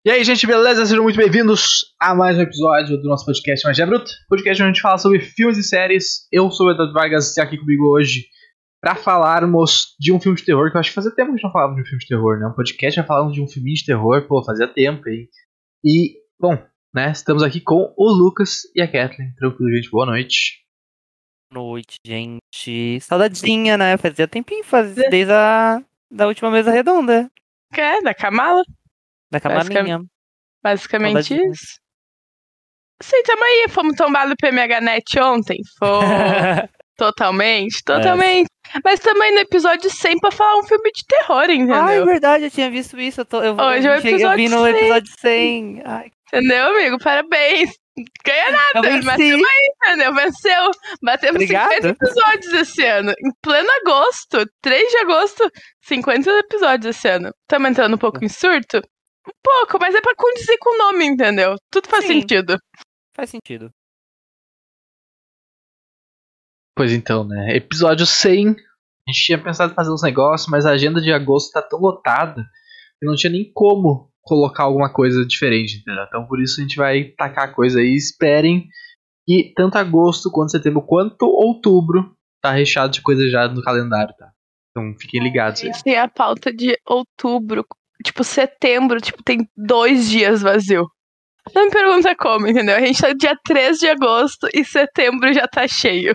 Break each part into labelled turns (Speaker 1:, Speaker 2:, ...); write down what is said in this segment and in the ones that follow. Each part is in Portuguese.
Speaker 1: E aí, gente, beleza? Sejam muito bem-vindos a mais um episódio do nosso podcast Magia Bruta. Podcast onde a gente fala sobre filmes e séries. Eu sou o Eduardo Vargas e aqui comigo hoje pra falarmos de um filme de terror, que eu acho que fazia tempo que a gente não falava de um filme de terror, né? Um podcast já falando de um filminho de terror, pô, fazia tempo, hein? E, bom, né, estamos aqui com o Lucas e a Kathleen. Tranquilo, gente? Boa noite.
Speaker 2: Boa noite, gente. Saudadinha, né? Fazia tempinho, desde a da última mesa redonda.
Speaker 3: Da Kamala.
Speaker 2: Da Camalinha.
Speaker 3: Basicamente
Speaker 2: Saudadinha.
Speaker 3: isso. Sim, tamo aí. Fomos tombados do PMHNet ontem. Totalmente. Mas também no episódio 100 pra falar um filme de terror, entendeu?
Speaker 2: Ah, é verdade, eu tinha visto isso.
Speaker 3: Hoje é o episódio
Speaker 2: eu vi no
Speaker 3: 100.
Speaker 2: episódio 100. Ai.
Speaker 3: Entendeu, amigo? Parabéns. Ganha nada,
Speaker 2: Eu venci.
Speaker 3: mas tamo aí, entendeu? Venceu. Batemos
Speaker 2: Obrigado.
Speaker 3: 50 episódios esse ano. Em pleno agosto. 3 de agosto, 50 episódios esse ano. Estamos entrando um pouco em surto? Um pouco, mas é pra condizer com o nome, entendeu? Tudo faz
Speaker 2: Sim.
Speaker 3: sentido.
Speaker 2: Faz sentido.
Speaker 1: Pois então, né? Episódio 100. A gente tinha pensado em fazer uns negócios, mas a agenda de agosto tá tão lotada que não tinha nem como colocar alguma coisa diferente, entendeu? Então por isso a gente vai tacar a coisa aí. Esperem que tanto agosto quanto setembro quanto outubro tá recheado de coisa já no calendário, tá? Então fiquem ligados
Speaker 3: A
Speaker 1: aí.
Speaker 3: gente tem a pauta de outubro. Tipo, setembro, tem 2 dias vazio. Não me pergunta como, entendeu? A gente tá dia 3 de agosto e setembro já tá cheio.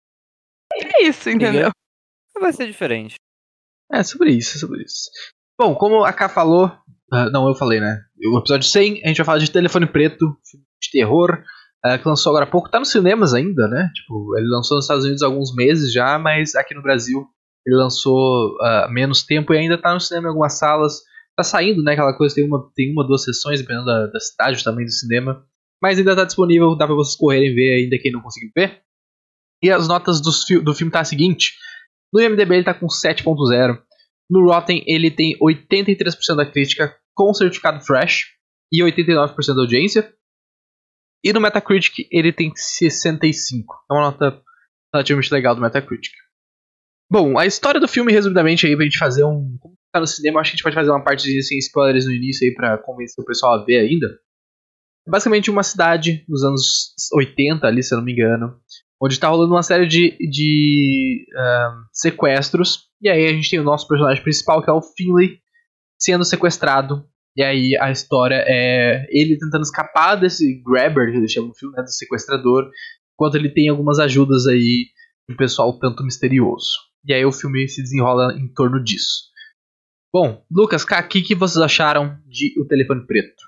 Speaker 3: É isso, entendeu?
Speaker 2: Vai ser diferente.
Speaker 1: É sobre isso, é sobre isso. Bom, como a Ká falou, não, eu falei, né? O episódio 100, a gente vai falar de Telefone Preto, filme de terror, que lançou agora há pouco. Tá nos cinemas ainda, né? Tipo, ele lançou nos Estados Unidos há alguns meses já, mas aqui no Brasil ele lançou há menos tempo e ainda tá no cinema em algumas salas. Tá saindo, né? Aquela coisa, tem uma, duas sessões, dependendo da cidade, do tamanho do cinema. Mas ainda tá disponível, dá pra vocês correrem ver ainda quem não conseguiu ver. E as notas do filme tá a seguinte. No IMDb ele tá com 7.0. No Rotten ele tem 83% da crítica com certificado fresh e 89% da audiência. E no Metacritic ele tem 65. É uma nota relativamente legal do Metacritic. Bom, a história do filme, resumidamente, aí pra gente fazer um... Como tá no cinema, acho que a gente pode fazer uma partezinha sem spoilers no início aí pra convencer o pessoal a ver ainda. É basicamente uma cidade nos anos 80 ali, se eu não me engano, onde tá rolando uma série de sequestros. E aí a gente tem o nosso personagem principal, que é o Finley, sendo sequestrado. E aí a história é ele tentando escapar desse grabber, que eles chamam no filme, né, do sequestrador, enquanto ele tem algumas ajudas aí de um pessoal tanto misterioso. E aí o filme se desenrola em torno disso. Bom, Lucas, o que vocês acharam de O Telefone Preto?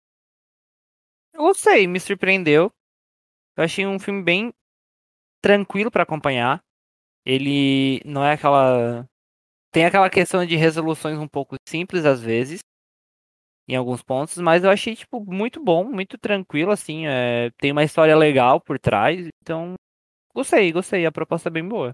Speaker 2: Eu gostei, me surpreendeu. Eu achei um filme bem tranquilo pra acompanhar. Ele não é aquela... Tem aquela questão de resoluções um pouco simples às vezes, em alguns pontos, mas eu achei, tipo, muito bom, muito tranquilo, assim. Tem uma história legal por trás, então gostei, a proposta é bem boa.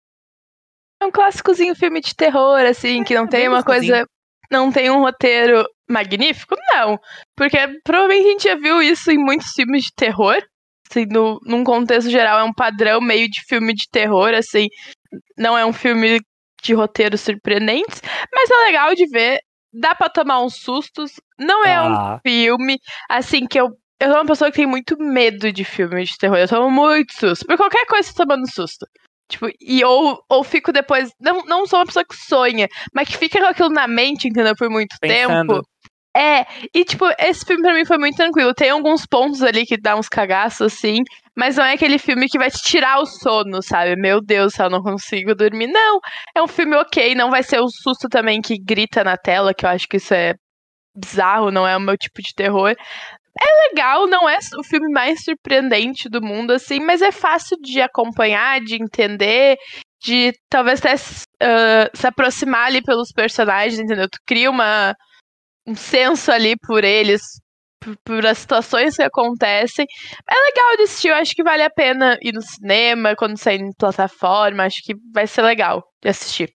Speaker 3: É um clássicozinho filme de terror, assim, que não tem
Speaker 2: bem
Speaker 3: uma
Speaker 2: gostosinho.
Speaker 3: coisa... Não tem um roteiro magnífico? Não. Porque provavelmente a gente já viu isso em muitos filmes de terror. Assim, num contexto geral, é um padrão meio de filme de terror, assim. Não é um filme de roteiros surpreendentes, mas é legal de ver. Dá pra tomar uns sustos. Não é um filme, assim, que eu sou uma pessoa que tem muito medo de filme de terror. Eu tomo muito susto. Por qualquer coisa, eu tô tomando susto. Tipo, ou fico depois... Não sou uma pessoa que sonha, mas que fica com aquilo na mente, entendeu? Por muito
Speaker 2: Pensando.
Speaker 3: tempo. E tipo, esse filme pra mim foi muito tranquilo. Tem alguns pontos ali que dá uns cagaços, assim, mas não é aquele filme que vai te tirar o sono, sabe? Meu Deus do céu, eu não consigo dormir. Não, é um filme ok, não vai ser o susto também que grita na tela, que eu acho que isso é bizarro, não é o meu tipo de terror. É legal, não é o filme mais surpreendente do mundo, assim, mas é fácil de acompanhar, de entender, de talvez até se aproximar ali pelos personagens, entendeu? Tu cria um senso ali por eles, por as situações que acontecem. É legal de assistir, eu acho que vale a pena ir no cinema, quando sair em plataforma, acho que vai ser legal de assistir.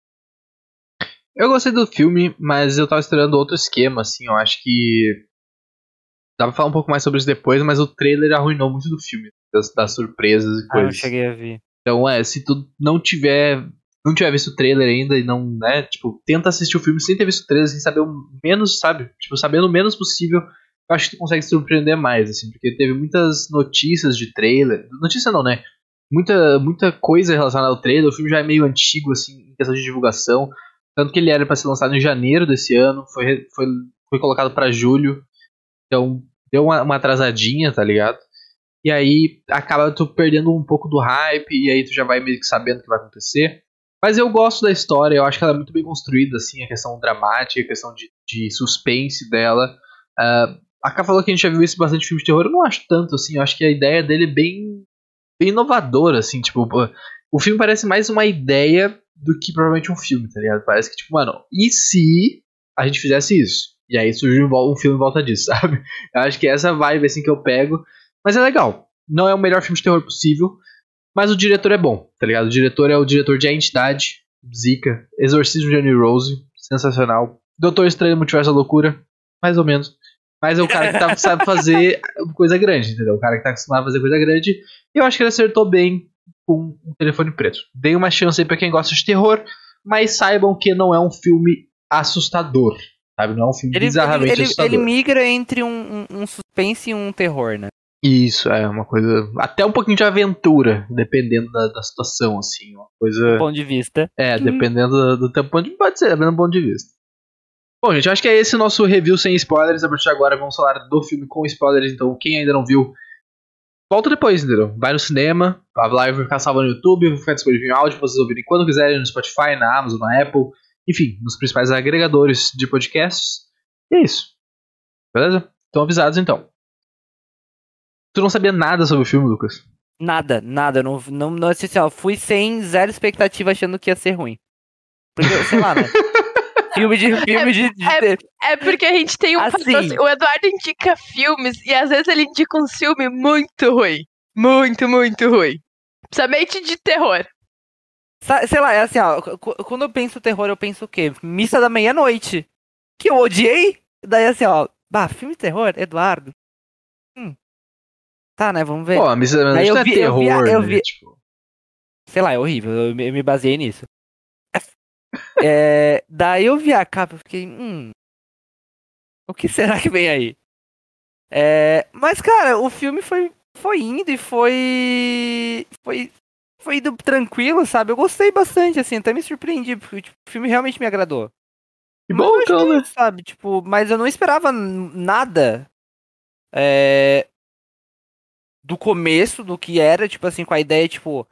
Speaker 1: Eu gostei do filme, mas eu tava esperando outro esquema, assim, eu acho que... Dá pra falar um pouco mais sobre isso depois, mas o trailer arruinou muito do filme, das surpresas e
Speaker 2: Ah, eu não
Speaker 1: coisas.
Speaker 2: cheguei a ver.
Speaker 1: Então, se tu não tiver não tiver visto o trailer ainda e não, né, tipo, tenta assistir o filme sem ter visto o trailer, sem saber o menos, sabe? Tipo, sabendo o menos possível, eu acho que tu consegue se surpreender mais, assim, porque teve muitas notícias de trailer. Notícia não, né? Muita coisa relacionada ao trailer. O filme já é meio antigo, assim, em questão de divulgação. Tanto que ele era pra ser lançado em janeiro desse ano, foi colocado pra julho. Então, deu uma atrasadinha, tá ligado? E aí, acaba tu perdendo um pouco do hype, e aí tu já vai meio que sabendo o que vai acontecer. Mas eu gosto da história, eu acho que ela é muito bem construída, assim, a questão dramática, a questão de suspense dela. A Ká falou que a gente já viu isso bastante em filme de terror, eu não acho tanto, assim, eu acho que a ideia dele é bem inovadora, assim, tipo, o filme parece mais uma ideia do que provavelmente um filme, tá ligado? Parece que, tipo, mano, e se a gente fizesse isso? E aí surgiu um filme em volta disso, sabe? Eu acho que essa vibe, assim, que eu pego, mas é legal. Não é o melhor filme de terror possível, mas o diretor é bom, tá ligado? O diretor é o diretor de A Entidade, Zika, Exorcismo de Emily Rose, sensacional. Doutor Estranho Multiverso da Loucura, mais ou menos. Mas é o cara que sabe fazer coisa grande, entendeu? O cara que tá acostumado a fazer coisa grande. E eu acho que ele acertou bem com o Telefone Preto. Dei uma chance aí pra quem gosta de terror, mas saibam que não é um filme assustador, sabe? Não é um filme bizarramente assustador.
Speaker 2: Ele migra entre um suspense e um terror, né?
Speaker 1: Isso, é uma coisa... Até um pouquinho de aventura, dependendo da situação, assim. Uma coisa...
Speaker 2: Do ponto de vista.
Speaker 1: Dependendo do teu ponto de vista. Pode ser, dependendo do ponto de vista. Bom, gente, acho que é esse o nosso review sem spoilers. A partir de agora vamos falar do filme com spoilers. Então, quem ainda não viu, volta depois, entendeu? Vai no cinema, a live vai ficar salva no YouTube, vai ficar disponível em áudio pra vocês ouvirem quando quiserem, no Spotify, na Amazon, na Apple, enfim, nos principais agregadores de podcasts. E é isso. Beleza? Estão avisados, então. Tu não sabia nada sobre o filme, Lucas?
Speaker 2: Nada. Não assisti, ó, fui sem zero expectativa achando que ia ser ruim. Porque, sei lá, né? Filme de
Speaker 3: É porque a gente tem um
Speaker 2: assim,
Speaker 3: o Eduardo indica filmes e às vezes ele indica um filme muito ruim. Muito, muito ruim. Principalmente de terror.
Speaker 2: Sei lá, é assim, ó. Quando eu penso terror, eu penso o quê? Missa da Meia-Noite. Que eu odiei. Daí assim, ó. Filme de terror, Eduardo. Tá, né? Vamos ver.
Speaker 1: Pô, a Missa da Meia-Noite não é terror,
Speaker 2: eu
Speaker 1: né?
Speaker 2: vi,
Speaker 1: Tipo...
Speaker 2: Sei lá, é horrível. Eu me baseei nisso. Daí eu vi a capa e fiquei, o que será que vem aí? Mas, cara, o filme foi indo e foi indo tranquilo, sabe? Eu gostei bastante, assim, até me surpreendi, porque tipo, o filme realmente me agradou.
Speaker 1: Que bom, então, né?
Speaker 2: Sabe, tipo, mas eu não esperava nada do começo, do que era, tipo assim, com a ideia, tipo,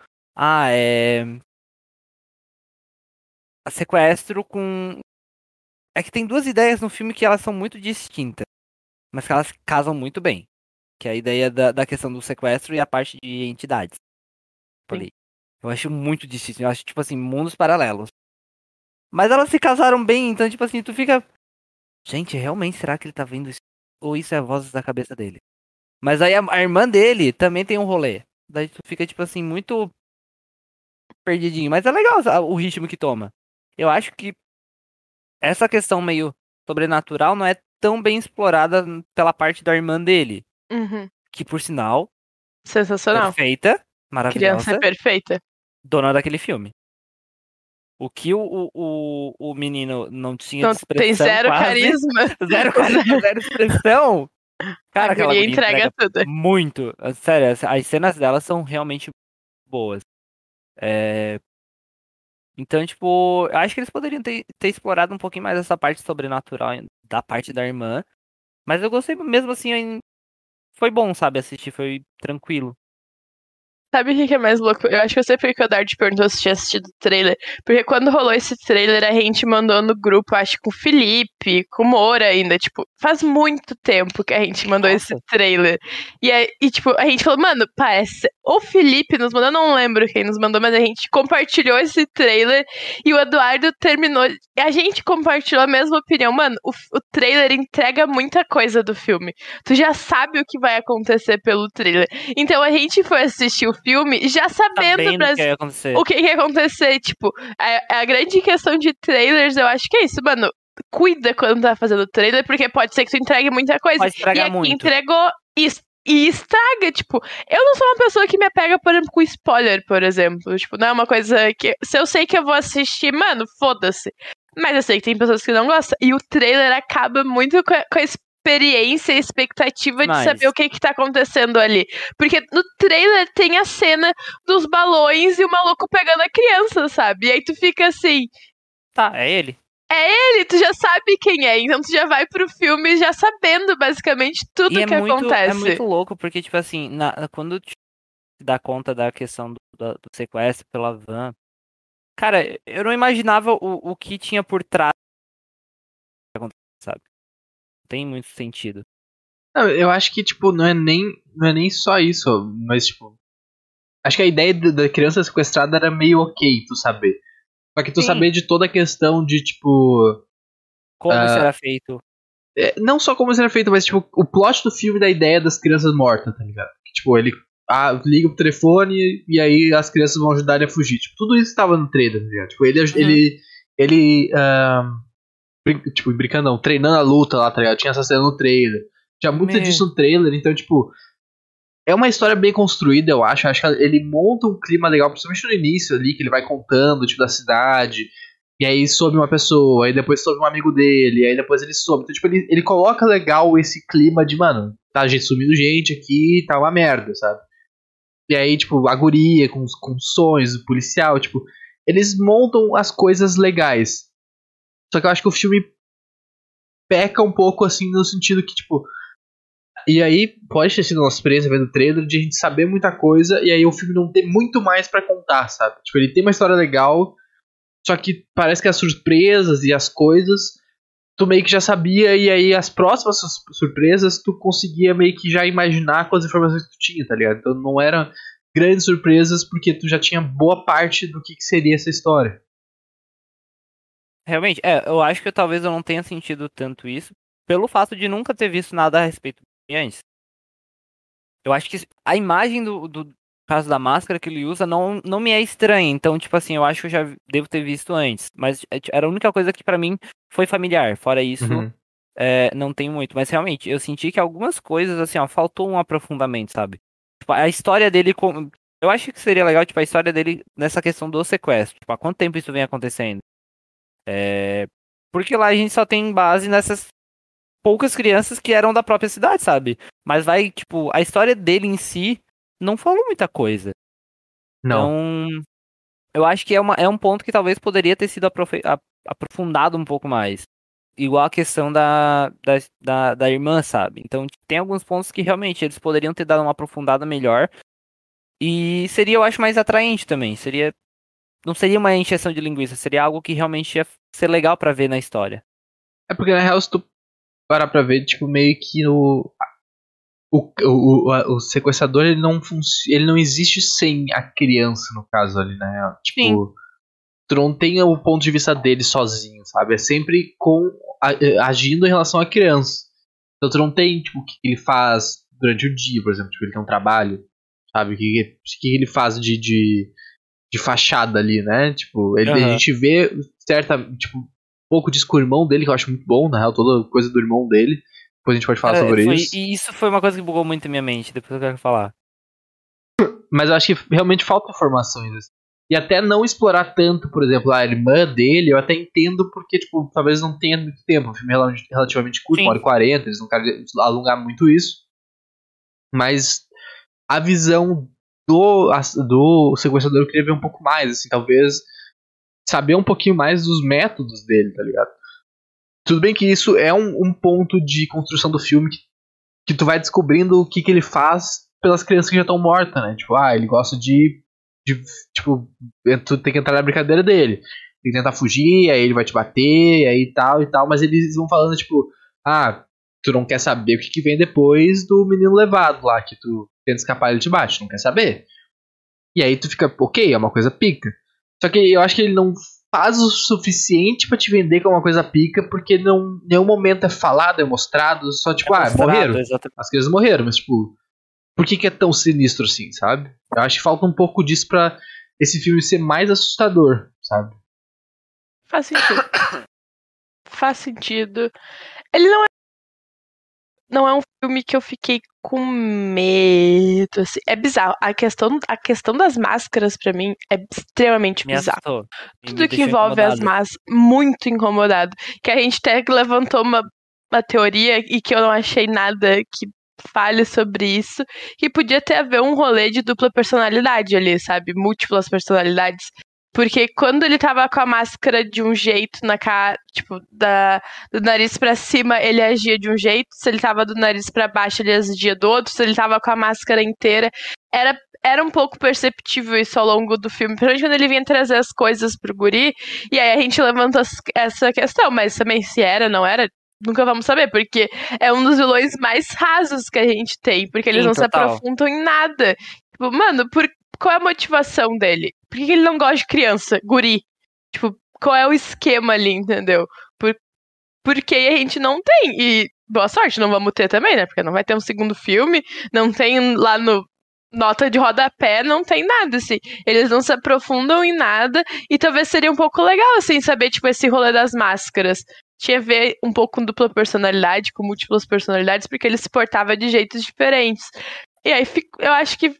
Speaker 2: a sequestro com... É que tem duas ideias no filme que elas são muito distintas, mas que elas casam muito bem. Que é a ideia da questão do sequestro e a parte de entidades. Eu acho muito distinto, eu acho, tipo assim, mundos paralelos. Mas elas se casaram bem, então, tipo assim, tu fica... Gente, realmente, será que ele tá vendo isso? Ou isso é a voz da cabeça dele? Mas aí a irmã dele também tem um rolê. Daí tu fica, tipo assim, muito perdidinho. Mas é legal o ritmo que toma. Eu acho que essa questão meio sobrenatural não é tão bem explorada pela parte da irmã dele.
Speaker 3: Uhum.
Speaker 2: Que, por sinal,
Speaker 3: sensacional.
Speaker 2: Perfeita, maravilhosa.
Speaker 3: Criança perfeita.
Speaker 2: Dona daquele filme. O que o menino não tinha
Speaker 3: Não,
Speaker 2: de expressão,
Speaker 3: tem zero
Speaker 2: quase,
Speaker 3: carisma.
Speaker 2: Zero carisma, zero expressão. Cara,
Speaker 3: A guria entrega tudo.
Speaker 2: Muito. Sério, as cenas dela são realmente boas. Então, tipo, eu acho que eles poderiam ter explorado um pouquinho mais essa parte sobrenatural da parte da irmã. Mas eu gostei mesmo assim. Foi bom, sabe, assistir, foi tranquilo.
Speaker 3: Sabe o que é mais louco? Eu acho que eu sei porque o Eduardo te perguntou se tinha assistido o trailer. Porque quando rolou esse trailer, a gente mandou no grupo, acho que com o Felipe, com o Moura ainda. Tipo, faz muito tempo que a gente mandou esse trailer. E, tipo, a gente falou, mano, parece... O Felipe nos mandou, eu não lembro quem nos mandou, mas a gente compartilhou esse trailer. E o Eduardo terminou... E a gente compartilhou a mesma opinião. Mano, o trailer entrega muita coisa do filme. Tu já sabe o que vai acontecer pelo trailer. Então a gente foi assistir o filme já sabendo o que ia acontecer. Tipo, a grande questão de trailers, eu acho que é isso, mano. Cuida quando tá fazendo trailer, porque pode ser que tu entregue muita coisa.
Speaker 2: Pode estragar
Speaker 3: e aqui
Speaker 2: muito.
Speaker 3: entregou isso. e estraga, tipo, eu não sou uma pessoa que me apega, por exemplo, com spoiler, por exemplo. Tipo, não é uma coisa que. Se eu sei que eu vou assistir, mano, foda-se. Mas eu sei que tem pessoas que não gostam. E o trailer acaba muito com a experiência e expectativa de saber o que tá acontecendo ali. Porque no trailer tem a cena dos balões e o maluco pegando a criança, sabe? E aí tu fica assim.
Speaker 2: Tá, é ele.
Speaker 3: Tu já sabe quem é, então tu já vai pro filme já sabendo basicamente tudo que acontece.
Speaker 2: É muito louco, porque, tipo assim, quando tu dá conta da questão do sequestro pela van, cara, eu não imaginava o que tinha por trás, sabe? Não tem muito sentido.
Speaker 1: Não, eu acho que, tipo, não é nem só isso, mas, tipo, acho que a ideia da criança sequestrada era meio ok, tu saber. Só que tu saber de toda a questão de, tipo...
Speaker 2: Como isso era feito.
Speaker 1: Não só como isso era feito, mas, tipo, o plot do filme da ideia das crianças mortas, tá ligado? Que, tipo, ele liga pro telefone e aí as crianças vão ajudar ele a fugir. Tipo, tudo isso tava no trailer, tá ligado? Tipo, tipo, brincando não, treinando a luta lá, tá ligado? Tinha essa cena no trailer. Tinha muito disso no trailer, então, tipo... É uma história bem construída, eu acho. Acho que ele monta um clima legal, principalmente no início ali, que ele vai contando, tipo, da cidade. E aí sobe uma pessoa, aí depois sobe um amigo dele, aí depois ele sobe. Então, tipo, ele coloca legal esse clima de, mano, tá gente sumindo gente aqui, tá uma merda, sabe? E aí, tipo, a guria com sonhos, o policial, tipo, eles montam as coisas legais. Só que eu acho que o filme peca um pouco, assim, no sentido que, tipo... E aí, pode ter sido uma surpresa vendo o trailer de a gente saber muita coisa e aí o filme não ter muito mais pra contar, sabe? Tipo, ele tem uma história legal, só que parece que as surpresas e as coisas tu meio que já sabia e aí as próximas surpresas tu conseguia meio que já imaginar com as informações que tu tinha, tá ligado? Então não eram grandes surpresas porque tu já tinha boa parte do que seria essa história.
Speaker 2: Realmente, eu acho que talvez eu não tenha sentido tanto isso pelo fato de nunca ter visto nada a respeito antes. Eu acho que a imagem do caso da máscara que ele usa não me é estranha. Então, tipo assim, eu acho que eu já devo ter visto antes. Mas era a única coisa que pra mim foi familiar. Fora isso, não tem muito. Mas realmente, eu senti que algumas coisas, assim, ó, faltou um aprofundamento, sabe? Tipo, a história dele. Eu acho que seria legal, tipo, a história dele nessa questão do sequestro. Tipo, há quanto tempo isso vem acontecendo? Porque lá a gente só tem base nessas poucas crianças que eram da própria cidade, sabe? Mas vai, tipo, a história dele em si não falou muita coisa.
Speaker 1: Não.
Speaker 2: Então, eu acho que é um ponto que talvez poderia ter sido aprofundado um pouco mais. Igual a questão da irmã, sabe? Então, tem alguns pontos que realmente eles poderiam ter dado uma aprofundada melhor. E seria, eu acho, mais atraente também. Não seria uma encheção de linguiça, seria algo que realmente ia ser legal pra ver na história.
Speaker 1: É porque na real, se tu parar pra ver, tipo, meio que o sequestrador ele não existe sem a criança, no caso ali, na real. Tipo,
Speaker 3: Sim.
Speaker 1: tu não tem o ponto de vista dele sozinho, sabe? É sempre agindo em relação à criança. Então tu não tem, tipo, o que ele faz durante o dia, por exemplo, tipo, ele tem um trabalho, sabe? O que ele faz de fachada ali, né? Tipo, a gente vê tipo, um pouco disso com o irmão dele, que eu acho muito bom, na real, toda coisa do irmão dele. Depois a gente pode falar sobre isso.
Speaker 2: E isso foi uma coisa que bugou muito a minha mente, depois eu quero falar.
Speaker 1: Mas eu acho que realmente falta informações. Assim. E até não explorar tanto, por exemplo, a irmã dele, eu até entendo porque, tipo, talvez não tenha muito tempo. O filme é relativamente curto, 1h40, eles não querem alongar muito isso. Mas a visão do sequestrador eu queria ver um pouco mais, assim, talvez saber um pouquinho mais dos métodos dele, tá ligado? Tudo bem que isso é um ponto de construção do filme que tu vai descobrindo o que ele faz pelas crianças que já estão mortas, né? Tipo, ele gosta de tipo, tu tem que entrar na brincadeira dele. Tem que tentar fugir, aí ele vai te bater, aí tal e tal, mas eles vão falando, tipo, tu não quer saber o que vem depois do menino levado lá, que tu tenta escapar e ele te bate, não quer saber. E aí tu fica, ok, é uma coisa pica. Só que eu acho que ele não faz o suficiente pra te vender como uma coisa pica, porque não, nenhum momento é falado, é mostrado, só tipo, morreram.
Speaker 2: Exatamente.
Speaker 1: As crianças morreram, mas tipo, por que é tão sinistro assim, sabe? Eu acho que falta um pouco disso pra esse filme ser mais assustador, sabe?
Speaker 3: Faz sentido. Faz sentido. Ele não é. não é um filme que eu fiquei com medo, assim. É bizarro. A questão das máscaras, pra mim, é extremamente
Speaker 2: Me
Speaker 3: bizarro.
Speaker 2: assustou. E
Speaker 3: Tudo
Speaker 2: me
Speaker 3: que
Speaker 2: deixou
Speaker 3: envolve as
Speaker 2: incomodado.
Speaker 3: máscaras, muito incomodado. Que a gente até levantou uma teoria e que eu não achei nada que fale sobre isso, que podia ter a ver um rolê de dupla personalidade ali, sabe? Múltiplas personalidades. Porque quando ele tava com a máscara de um jeito na cara, tipo, do nariz pra cima, ele agia de um jeito. Se ele tava do nariz pra baixo, ele agia do outro. Se ele tava com a máscara inteira, era um pouco perceptível isso ao longo do filme, principalmente quando ele vinha trazer as coisas pro guri. E aí a gente levanta essa questão, mas também se era, não era, nunca vamos saber, porque é um dos vilões mais rasos que a gente tem, porque eles
Speaker 2: Sim,
Speaker 3: não se
Speaker 2: total.
Speaker 3: aprofundam em nada. Tipo, mano, qual é a motivação dele? Por que ele não gosta de criança? Guri. Tipo, qual é o esquema ali, entendeu? Porque a gente não tem. E boa sorte, não vamos ter também, né? Porque não vai ter um segundo filme, não tem lá no nota de rodapé, não tem nada, assim. Eles não se aprofundam em nada, e talvez seria um pouco legal, assim, saber, tipo, esse rolê das máscaras. Tinha a ver um pouco com dupla personalidade, com múltiplas personalidades, porque ele se portava de jeitos diferentes. E aí, eu acho que,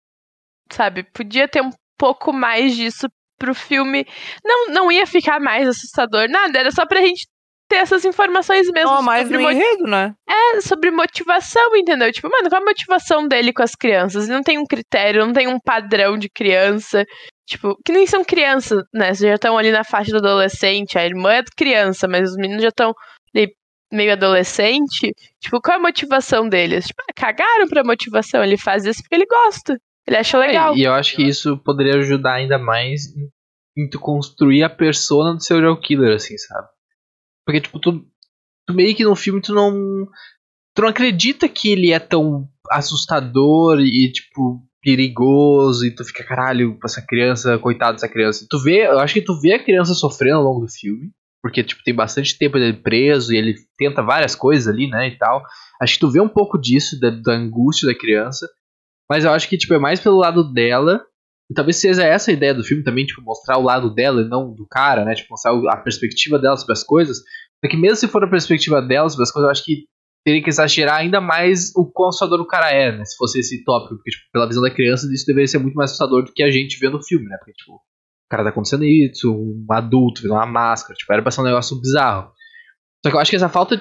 Speaker 3: sabe, podia ter um pouco mais disso pro filme. Não ia ficar mais assustador, nada, era só pra gente ter essas informações mesmo.
Speaker 2: Não, mais no enredo, né?
Speaker 3: Sobre motivação, entendeu? Tipo, mano, qual a motivação dele com as crianças? Ele não tem um critério, não tem um padrão de criança. Tipo, que nem são crianças, né? Já estão ali na faixa do adolescente, a irmã é criança, mas os meninos já estão meio adolescente. Tipo, qual é a motivação deles? Tipo, cagaram pra motivação, ele faz isso porque ele gosta. Ele acha legal.
Speaker 1: E eu acho que isso poderia ajudar ainda mais em tu construir a persona do serial killer, assim, sabe? Porque, tipo, tu meio que no filme tu não acredita que ele é tão assustador e, tipo, perigoso, e tu fica, caralho, essa criança, coitado dessa criança. Eu acho que tu vê a criança sofrendo ao longo do filme, porque, tipo, tem bastante tempo ele preso e ele tenta várias coisas ali, né, e tal. Acho que tu vê um pouco disso, da angústia da criança, mas eu acho que, tipo, é mais pelo lado dela, e talvez seja essa a ideia do filme também, tipo, mostrar o lado dela e não do cara, né, tipo, mostrar a perspectiva dela sobre as coisas. Porque mesmo se for a perspectiva dela sobre as coisas, eu acho que teria que exagerar ainda mais o quão assustador o cara é, né? Se fosse esse tópico, porque, tipo, pela visão da criança, isso deveria ser muito mais assustador do que a gente vê no filme, né? Porque, tipo, o cara tá acontecendo isso, um adulto vendo uma máscara, tipo, era pra ser um negócio bizarro. Só que eu acho que essa falta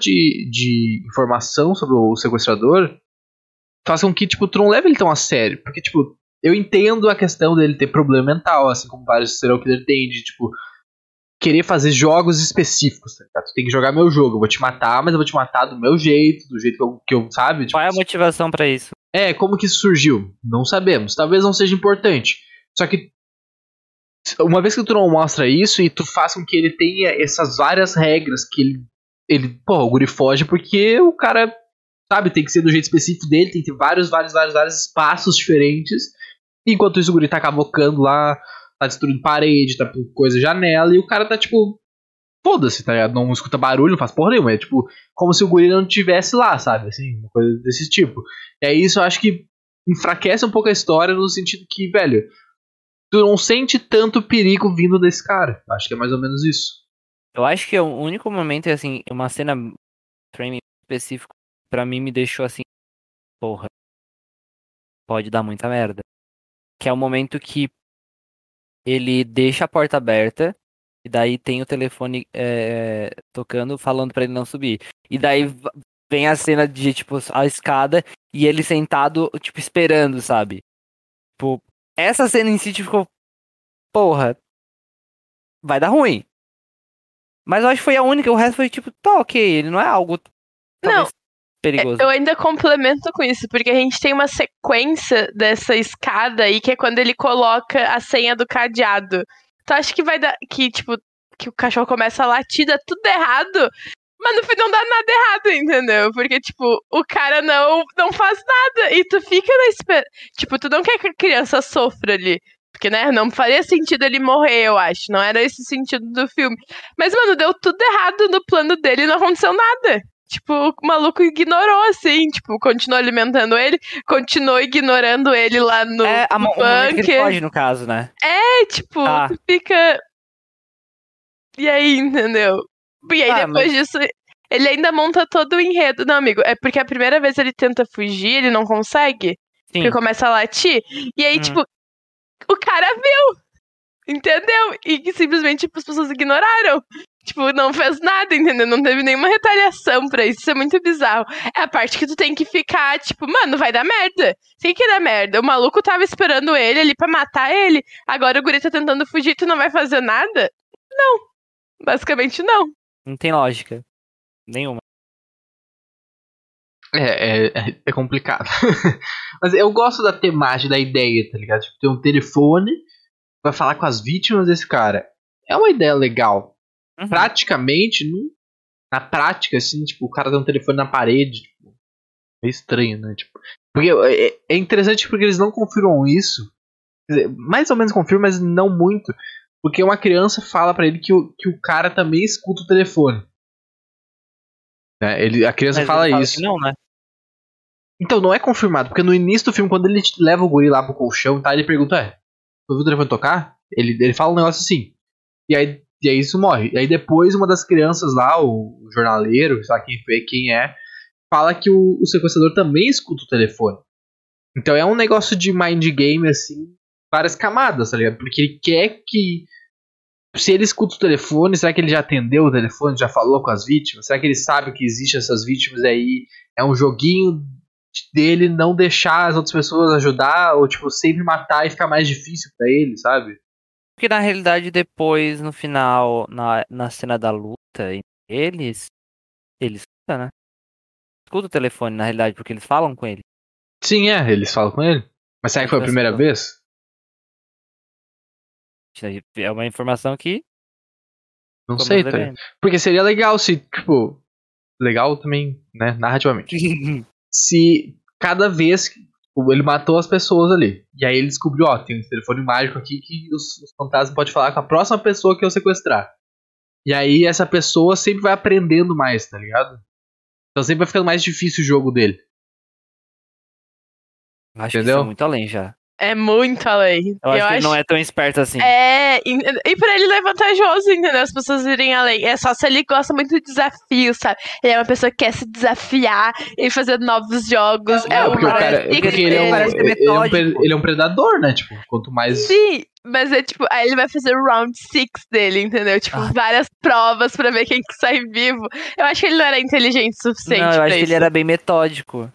Speaker 1: de informação sobre o sequestrador faz com que, tipo, tu não leve ele tão a sério. Porque, tipo, eu entendo a questão dele ter problema mental, assim como vários serial killer têm, de, tipo, querer fazer jogos específicos, tá ligado? Tu tem que jogar meu jogo, eu vou te matar, mas eu vou te matar do meu jeito, do jeito que eu sabe? Tipo,
Speaker 2: Qual é a motivação pra isso?
Speaker 1: como que isso surgiu? Não sabemos. Talvez não seja importante. Só que uma vez que tu não mostra isso e tu faz com que ele tenha essas várias regras que o guri foge porque o cara, sabe, tem que ser do jeito específico dele, tem que ter vários espaços diferentes. Enquanto isso o guri tá cavocando lá, tá destruindo parede, tá por coisa janela, e o cara tá tipo, foda-se, tá ligado? Não escuta barulho, não faz porra nenhuma. É tipo, como se o guri não estivesse lá, sabe? Assim, uma coisa desse tipo. E aí isso eu acho que enfraquece um pouco a história no sentido que, velho, tu não sente tanto perigo vindo desse cara. Acho que é mais ou menos isso.
Speaker 2: Eu acho que o único momento é assim, uma cena frame específico pra mim me deixou assim, porra, pode dar muita merda. Que é o momento que ele deixa a porta aberta e daí tem o telefone tocando, falando pra ele não subir. E daí vem a cena de, tipo, a escada e ele sentado, tipo, esperando, sabe? Tipo, essa cena em si, tipo, ficou, porra, vai dar ruim. Mas eu acho que foi a única, o resto foi tipo, tá ok, ele não é algo talvez perigoso.
Speaker 3: Eu ainda complemento com isso, porque a gente tem uma sequência dessa escada aí, que é quando ele coloca a senha do cadeado. Então acho que vai dar, que tipo, que o cachorro começa a latir, dá tudo errado, mas no fim não dá nada errado, entendeu? Porque, tipo, o cara não faz nada, e tu fica na espera, tipo, tu não quer que a criança sofra ali. Porque, né, não faria sentido ele morrer, eu acho. Não era esse o sentido do filme. Mas, mano, deu tudo errado no plano dele e não aconteceu nada. Tipo, o maluco ignorou, assim. Tipo, continuou alimentando ele, continuou ignorando ele lá no
Speaker 2: o momento que ele
Speaker 3: bunker.
Speaker 2: foge, no caso, né?
Speaker 3: Tipo, tu fica... E aí, entendeu? E aí, depois disso, ele ainda monta todo o enredo. Não, amigo, é porque a primeira vez ele tenta fugir, ele não consegue.
Speaker 2: Sim.
Speaker 3: Porque começa a latir. E aí, tipo, o cara viu. Entendeu? E que simplesmente tipo, as pessoas ignoraram. Tipo, não fez nada, entendeu? Não teve nenhuma retaliação pra isso. Isso é muito bizarro. É a parte que tu tem que ficar, tipo, mano, vai dar merda. Tem que dar merda. O maluco tava esperando ele ali pra matar ele. Agora o guri tá tentando fugir, tu não vai fazer nada? Não. Basicamente não.
Speaker 2: Não tem lógica. Nenhuma.
Speaker 1: É complicado. Mas eu gosto da temática, da ideia, tá ligado? Tipo, tem um telefone, vai falar com as vítimas desse cara. É uma ideia legal.
Speaker 2: Uhum.
Speaker 1: Praticamente, na prática, assim, tipo, o cara tem um telefone na parede, tipo, é estranho, né? Tipo, porque é interessante porque eles não confirmam isso. Quer dizer, mais ou menos confirmam, mas não muito. Porque uma criança fala pra ele que o cara também escuta o telefone. Né? A criança
Speaker 2: Mas
Speaker 1: fala
Speaker 2: ele
Speaker 1: isso.
Speaker 2: que não, né?
Speaker 1: Então, não é confirmado, porque no início do filme, quando ele leva o guri lá pro colchão, tá, ele pergunta, tu ouviu o telefone tocar? Ele fala um negócio assim. E aí isso morre. E aí depois uma das crianças lá, o jornaleiro, sei lá quem é, fala que o sequestrador também escuta o telefone. Então é um negócio de mind game, assim, várias camadas, tá ligado? Porque ele quer que... Se ele escuta o telefone, será que ele já atendeu o telefone, já falou com as vítimas? Será que ele sabe que existem essas vítimas aí? É um joguinho dele não deixar as outras pessoas ajudar, ou tipo, sempre matar e ficar mais difícil pra ele, sabe?
Speaker 2: Porque na realidade depois, no final, na cena da luta, eles escutam, né? Escuta o telefone, na realidade, porque eles falam com ele.
Speaker 1: Sim, eles falam com ele. Mas será que foi a primeira vez?
Speaker 2: É uma informação que...
Speaker 1: Não sei, tá? Porque seria legal se, tipo... Legal também, né? Narrativamente. Se cada vez que ele matou as pessoas ali. E aí ele descobriu, tem um telefone mágico aqui que os fantasmas podem falar com a próxima pessoa que eu sequestrar. E aí essa pessoa sempre vai aprendendo mais, tá ligado? Então sempre vai ficando mais difícil o jogo dele.
Speaker 2: Acho
Speaker 1: Entendeu?
Speaker 2: que isso é muito além já.
Speaker 3: É muito além.
Speaker 2: Eu acho que ele não é tão esperto assim.
Speaker 3: E pra ele é vantajoso, entendeu? As pessoas irem além. É só se ele gosta muito de desafio, sabe? Ele é uma pessoa que quer se desafiar e fazer novos jogos.
Speaker 1: Porque ele é um predador, né? Tipo, quanto mais...
Speaker 3: Sim, mas é tipo, aí ele vai fazer o round 6 dele, entendeu? Tipo, várias provas pra ver quem que sai vivo. Eu acho que ele não era inteligente o suficiente pra isso.
Speaker 2: Não, eu acho que ele era bem metódico.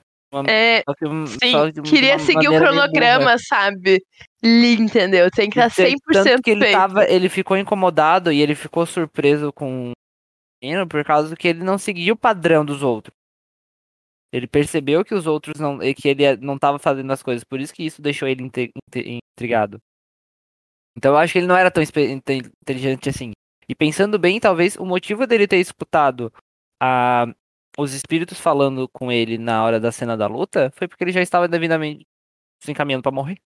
Speaker 3: Queria seguir o cronograma, sabe? Entendeu? Tem que estar 100%
Speaker 2: tanto que
Speaker 3: feito.
Speaker 2: ele ficou incomodado e ele ficou surpreso com o menino por causa que ele não seguia o padrão dos outros. Ele percebeu que os outros não, que ele não estava fazendo as coisas, por isso que isso deixou ele intrigado. Então eu acho que ele não era tão inteligente assim. E pensando bem, talvez o motivo dele ter escutado os espíritos falando com ele na hora da cena da luta foi porque ele já estava devidamente se encaminhando pra morrer.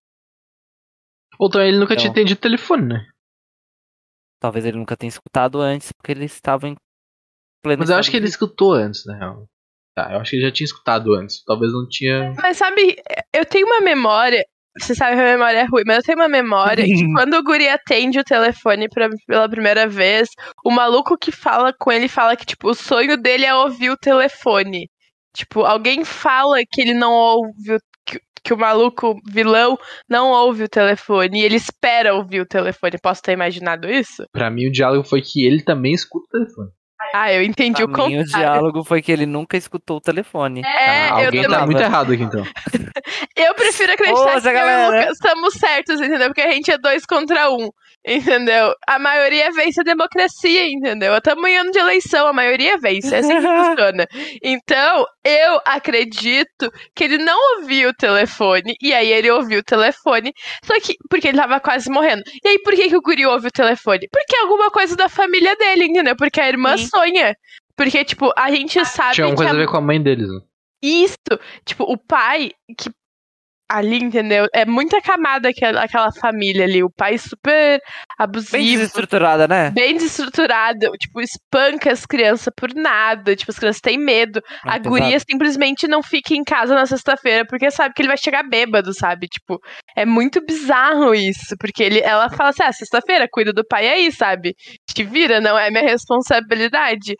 Speaker 1: Ou então ele nunca tinha entendido o telefone, né?
Speaker 2: Talvez ele nunca tenha escutado antes, porque ele estava em pleno...
Speaker 1: Mas eu acho que ele escutou antes, na real. Tá, eu acho que ele já tinha escutado antes. Talvez não tinha...
Speaker 3: Mas sabe, eu tenho uma memória... Você sabe que a memória é ruim, mas eu tenho uma memória que quando o guri atende o telefone pela primeira vez, o maluco que fala com ele fala que, tipo, o sonho dele é ouvir o telefone. Tipo, alguém fala que ele não ouve, que o maluco vilão não ouve o telefone e ele espera ouvir o telefone. Posso ter imaginado isso?
Speaker 1: Pra mim, o diálogo foi que ele também escuta o telefone.
Speaker 3: Eu entendi o contrário.
Speaker 2: O diálogo foi que ele nunca escutou o telefone.
Speaker 1: Alguém tá muito errado aqui, então.
Speaker 3: Eu prefiro acreditar que eu e o Lucas estamos certos, entendeu? Porque a gente é 2 contra 1, entendeu? A maioria vence a democracia, entendeu? Estamos em ano de eleição, a maioria vence. É assim que funciona. Então, eu acredito que ele não ouviu o telefone, e aí ele ouviu o telefone, só que porque ele tava quase morrendo. E aí, por que o guri ouve o telefone? Porque é alguma coisa da família dele, entendeu? Porque a irmã sonha. Porque, tipo, a gente sabe
Speaker 1: tinha alguma coisa a ver com a mãe deles, né?
Speaker 3: Isso, tipo, o pai, que ali, entendeu? É muita camada aquela família ali. O pai super abusivo.
Speaker 2: Bem desestruturada, né?
Speaker 3: Bem desestruturada. Tipo, espanca as crianças por nada. Tipo, as crianças têm medo. A guria simplesmente não fica em casa na sexta-feira porque sabe que ele vai chegar bêbado, sabe? Tipo, é muito bizarro isso. Porque ela fala assim, sexta-feira, cuida do pai aí, sabe? Te vira, não é minha responsabilidade.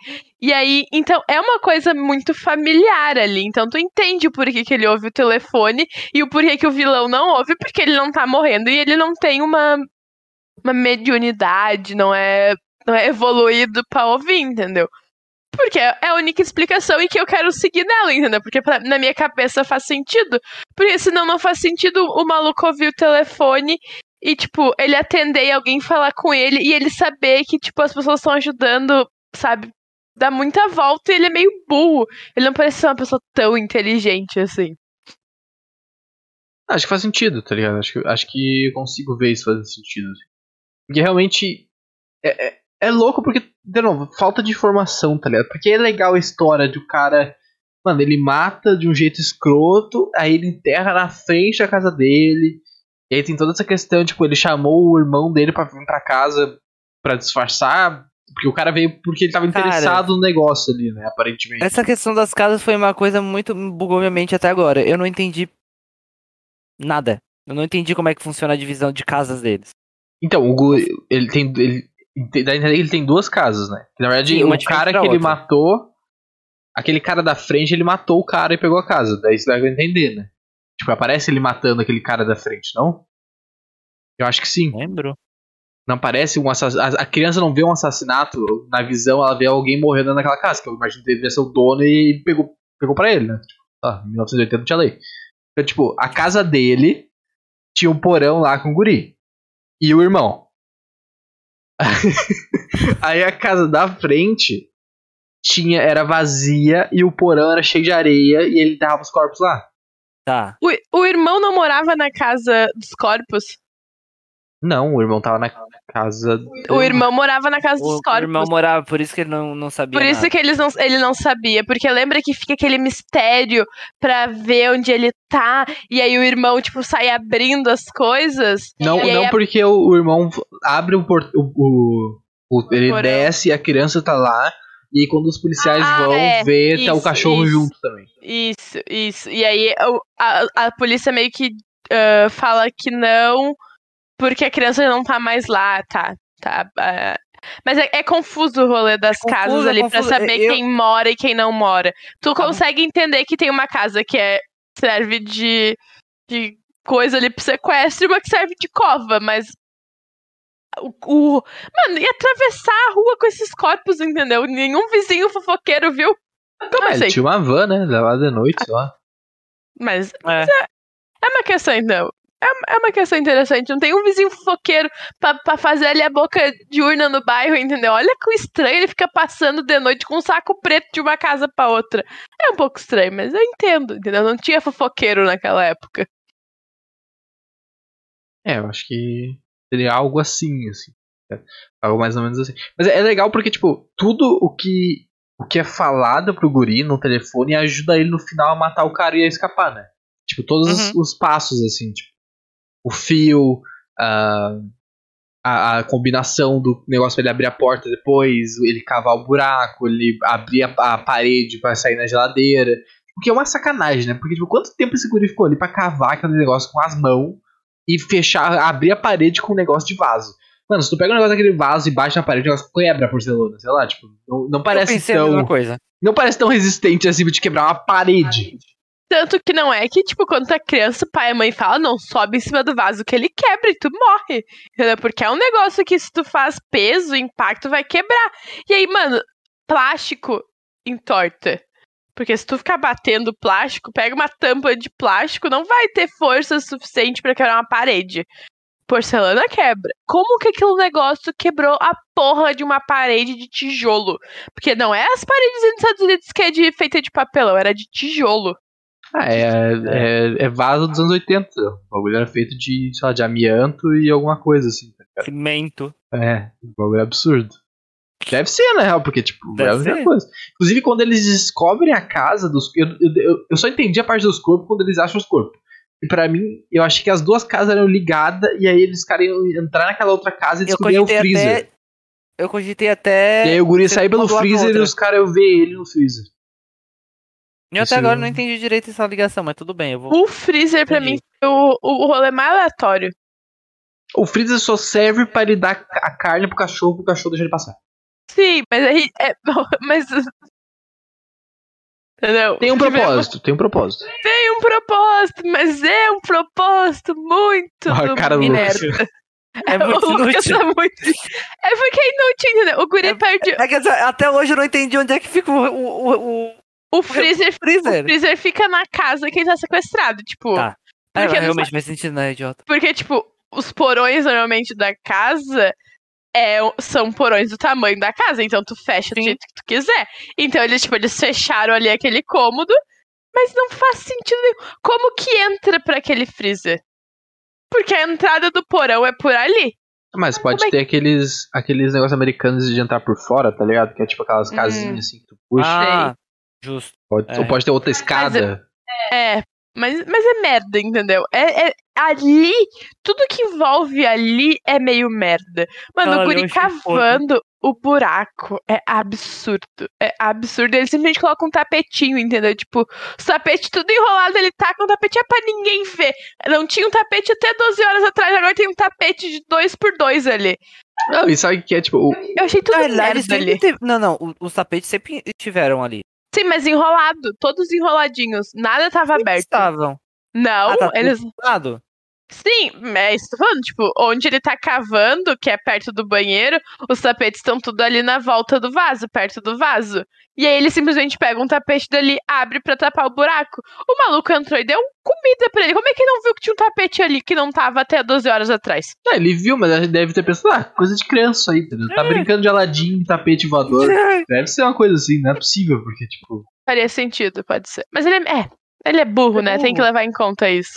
Speaker 3: E aí, então, é uma coisa muito familiar ali. Então, tu entende o porquê que ele ouve o telefone e o porquê que o vilão não ouve, porque ele não tá morrendo e ele não tem uma mediunidade, não é evoluído pra ouvir, entendeu? Porque é a única explicação e que eu quero seguir nela, entendeu? Porque na minha cabeça faz sentido. Porque senão não faz sentido o maluco ouvir o telefone e, tipo, ele atender e alguém falar com ele e ele saber que, tipo, as pessoas estão ajudando, sabe? Dá muita volta e ele é meio burro. Ele não parece ser uma pessoa tão inteligente assim.
Speaker 1: Acho que faz sentido, tá ligado? Acho que eu consigo ver isso fazendo sentido. Porque realmente é louco porque, de novo, falta de informação, tá ligado? Porque é legal a história de o cara. Mano, ele mata de um jeito escroto, aí ele enterra na frente da casa dele. E aí tem toda essa questão, tipo, ele chamou o irmão dele pra vir pra casa pra disfarçar. Porque o cara veio porque ele tava interessado no negócio ali, né? Aparentemente.
Speaker 2: Essa questão das casas foi uma coisa muito bugou minha mente até agora. Eu não entendi nada. Eu não entendi como é que funciona a divisão de casas deles.
Speaker 1: Então, ele tem. Dá a entender que ele tem duas casas, né? Que, na verdade,
Speaker 2: Sim, uma
Speaker 1: o cara
Speaker 2: diferente da
Speaker 1: que ele
Speaker 2: outra.
Speaker 1: matou. Aquele cara da frente, ele matou o cara e pegou a casa. Daí você deve entender, né? Tipo, aparece ele matando aquele cara da frente, não? Eu acho que sim.
Speaker 2: Lembro.
Speaker 1: Não aparece um assassinato. A criança não vê um assassinato. Na visão, ela vê alguém morrendo naquela casa. Que eu imagino que deveria ser o dono e ele pegou pra ele, né? Tipo, 1980 não tinha lei. Então, tipo, a casa dele tinha um porão lá com o guri. E o irmão. Aí a casa da frente era vazia e o porão era cheio de areia e ele enterrava os corpos lá.
Speaker 2: Tá.
Speaker 3: O irmão não morava na casa dos corpos?
Speaker 1: Não, o irmão tava na casa.
Speaker 3: O irmão morava na casa dos
Speaker 2: O
Speaker 3: corpos.
Speaker 2: irmão morava, por isso que ele não sabia
Speaker 3: Por isso
Speaker 2: nada.
Speaker 3: que ele não sabia. Porque lembra que fica aquele mistério pra ver onde ele tá. E aí o irmão, tipo, sai abrindo as coisas.
Speaker 1: Não,
Speaker 3: e aí
Speaker 1: não porque o irmão abre o portão. Ele
Speaker 3: porão.
Speaker 1: desce e a criança tá lá. E aí quando os policiais vão ver, tá o cachorro junto também.
Speaker 3: Isso. E aí a polícia meio que fala que não, porque a criança não tá mais lá, tá. Mas é confuso o rolê das casas ali pra saber quem mora e quem não mora. Tu consegue entender que tem uma casa que serve de coisa ali pro sequestro e uma que serve de cova, mas mano, ia atravessar a rua com esses corpos, entendeu? Nenhum vizinho fofoqueiro viu. Como assim?
Speaker 1: Ele tinha uma van, né? Lá de noite, sei lá.
Speaker 3: Mas é uma questão, então. É uma questão interessante. Não tem um vizinho fofoqueiro pra fazer ali a boca de urna no bairro, entendeu? Olha que estranho ele fica passando de noite com um saco preto de uma casa pra outra. É um pouco estranho, mas eu entendo, entendeu? Não tinha fofoqueiro naquela época.
Speaker 1: Eu acho que seria algo assim. Algo mais ou menos assim. Mas é legal porque, tipo, tudo o que é falado pro guri no telefone ajuda ele no final a matar o cara e a escapar, né? Tipo, todos os passos, assim, tipo, o fio, a combinação do negócio pra ele abrir a porta depois, ele cavar o buraco, ele abrir a parede pra sair na geladeira. Porque é uma sacanagem, né? Porque, tipo, quanto tempo esse guri ficou ali pra cavar aquele negócio com as mãos e abrir a parede com um negócio de vaso? Mano, se tu pega um negócio daquele vaso e bate na parede, o negócio quebra a porcelana, sei lá, tipo, não parece
Speaker 2: a mesma coisa.
Speaker 1: Não parece tão resistente assim de quebrar uma parede.
Speaker 3: Tanto que não é que, tipo, quando tu é criança, o pai e a mãe falam, não, sobe em cima do vaso que ele quebra e tu morre. Entendeu? Porque é um negócio que se tu faz peso, impacto vai quebrar. E aí, mano, plástico entorta. Porque se tu ficar batendo plástico, pega uma tampa de plástico, não vai ter força suficiente pra quebrar uma parede. Porcelana quebra. Como que aquele negócio quebrou a porra de uma parede de tijolo? Porque não é as paredes dos Estados Unidos que é feita de papelão, era de tijolo.
Speaker 1: É vaso dos anos 80. O bagulho era feito de, sei lá, de amianto e alguma coisa assim. Tá?
Speaker 2: Cimento.
Speaker 1: O bagulho é absurdo. Deve ser, na real, porque, tipo, é a mesma coisa. Inclusive, quando eles descobrem a casa dos... Eu só entendi a parte dos corpos quando eles acham os corpos. E pra mim, eu achei que as duas casas eram ligadas e aí eles queriam entrar naquela outra casa e descobrir o freezer.
Speaker 2: Eu cogitei até...
Speaker 1: E aí o guri sair pelo freezer e os caras eu ver ele no freezer.
Speaker 2: Eu até agora não entendi direito essa ligação, mas tudo bem, eu vou...
Speaker 3: O freezer, pra mim, foi o rolê mais aleatório.
Speaker 1: O freezer só serve pra ele dar a carne pro cachorro deixar ele passar.
Speaker 3: Sim, mas aí. Mas. Entendeu?
Speaker 1: Tem um propósito.
Speaker 3: Tem um propósito, mas é um propósito muito.
Speaker 1: Ah, cara,
Speaker 3: do
Speaker 1: Lucas.
Speaker 3: merda.
Speaker 2: É muito
Speaker 3: O Lucas
Speaker 2: inútil.
Speaker 3: é muito. É porque é inútil, entendeu? O guri perde.
Speaker 2: É que até hoje eu não entendi onde é que fica o
Speaker 3: O freezer.
Speaker 2: freezer.
Speaker 3: O freezer fica na casa que ele tá sequestrado. Tipo.
Speaker 2: Tá.
Speaker 3: Porque,
Speaker 2: Realmente faz sentido, né, idiota?
Speaker 3: porque, tipo, os porões normalmente da casa são porões do tamanho da casa. Então tu fecha do
Speaker 2: Sim.
Speaker 3: jeito que tu quiser. Então eles fecharam ali aquele cômodo. Mas não faz sentido nenhum. Como que entra pra aquele freezer? Porque a entrada do porão é por ali.
Speaker 1: Mas pode
Speaker 3: Como é
Speaker 1: ter aqueles negócios americanos de entrar por fora, tá ligado? Que é tipo aquelas casinhas assim que tu puxa.
Speaker 2: Ah, justo.
Speaker 1: Ou pode ter outra escada.
Speaker 3: Mas é merda, entendeu? Ali, tudo que envolve ali é meio merda. Mano,
Speaker 2: Cara,
Speaker 3: o guri
Speaker 2: eu achei
Speaker 3: cavando o buraco é absurdo. É absurdo. Ele simplesmente coloca um tapetinho, entendeu? Tipo, os tapetes tudo enrolado, ele taca um tapete pra ninguém ver. Não tinha um tapete até 12 horas atrás, agora tem um tapete de 2x2 ali.
Speaker 1: Não, e sabe o que é, tipo,
Speaker 3: Eu achei tudo
Speaker 2: Na realidade,
Speaker 3: merda
Speaker 2: sempre
Speaker 3: ali.
Speaker 2: teve... Não, os tapetes sempre tiveram ali.
Speaker 3: Sim, mas enrolado, todos enroladinhos. Nada tava
Speaker 2: Sempre
Speaker 3: aberto.
Speaker 2: estavam.
Speaker 3: Não,
Speaker 2: Tá
Speaker 3: eles.
Speaker 2: tudo lado.
Speaker 3: Sim, é isso que eu tô falando. Tipo, onde ele tá cavando, que é perto do banheiro, os tapetes estão tudo ali na volta do vaso, perto do vaso. E aí ele simplesmente pega um tapete dali, abre pra tapar o buraco. O maluco entrou e deu comida pra ele. Como é que ele não viu que tinha um tapete ali que não tava até 12 horas atrás?
Speaker 1: ele viu, mas ele deve ter pensado, coisa de criança aí, entendeu? Tá brincando de Aladdin, tapete voador. Deve ser uma coisa assim, não é possível, porque, tipo.
Speaker 3: Faria sentido, pode ser. Mas ele é burro, né? Tem que levar em conta isso,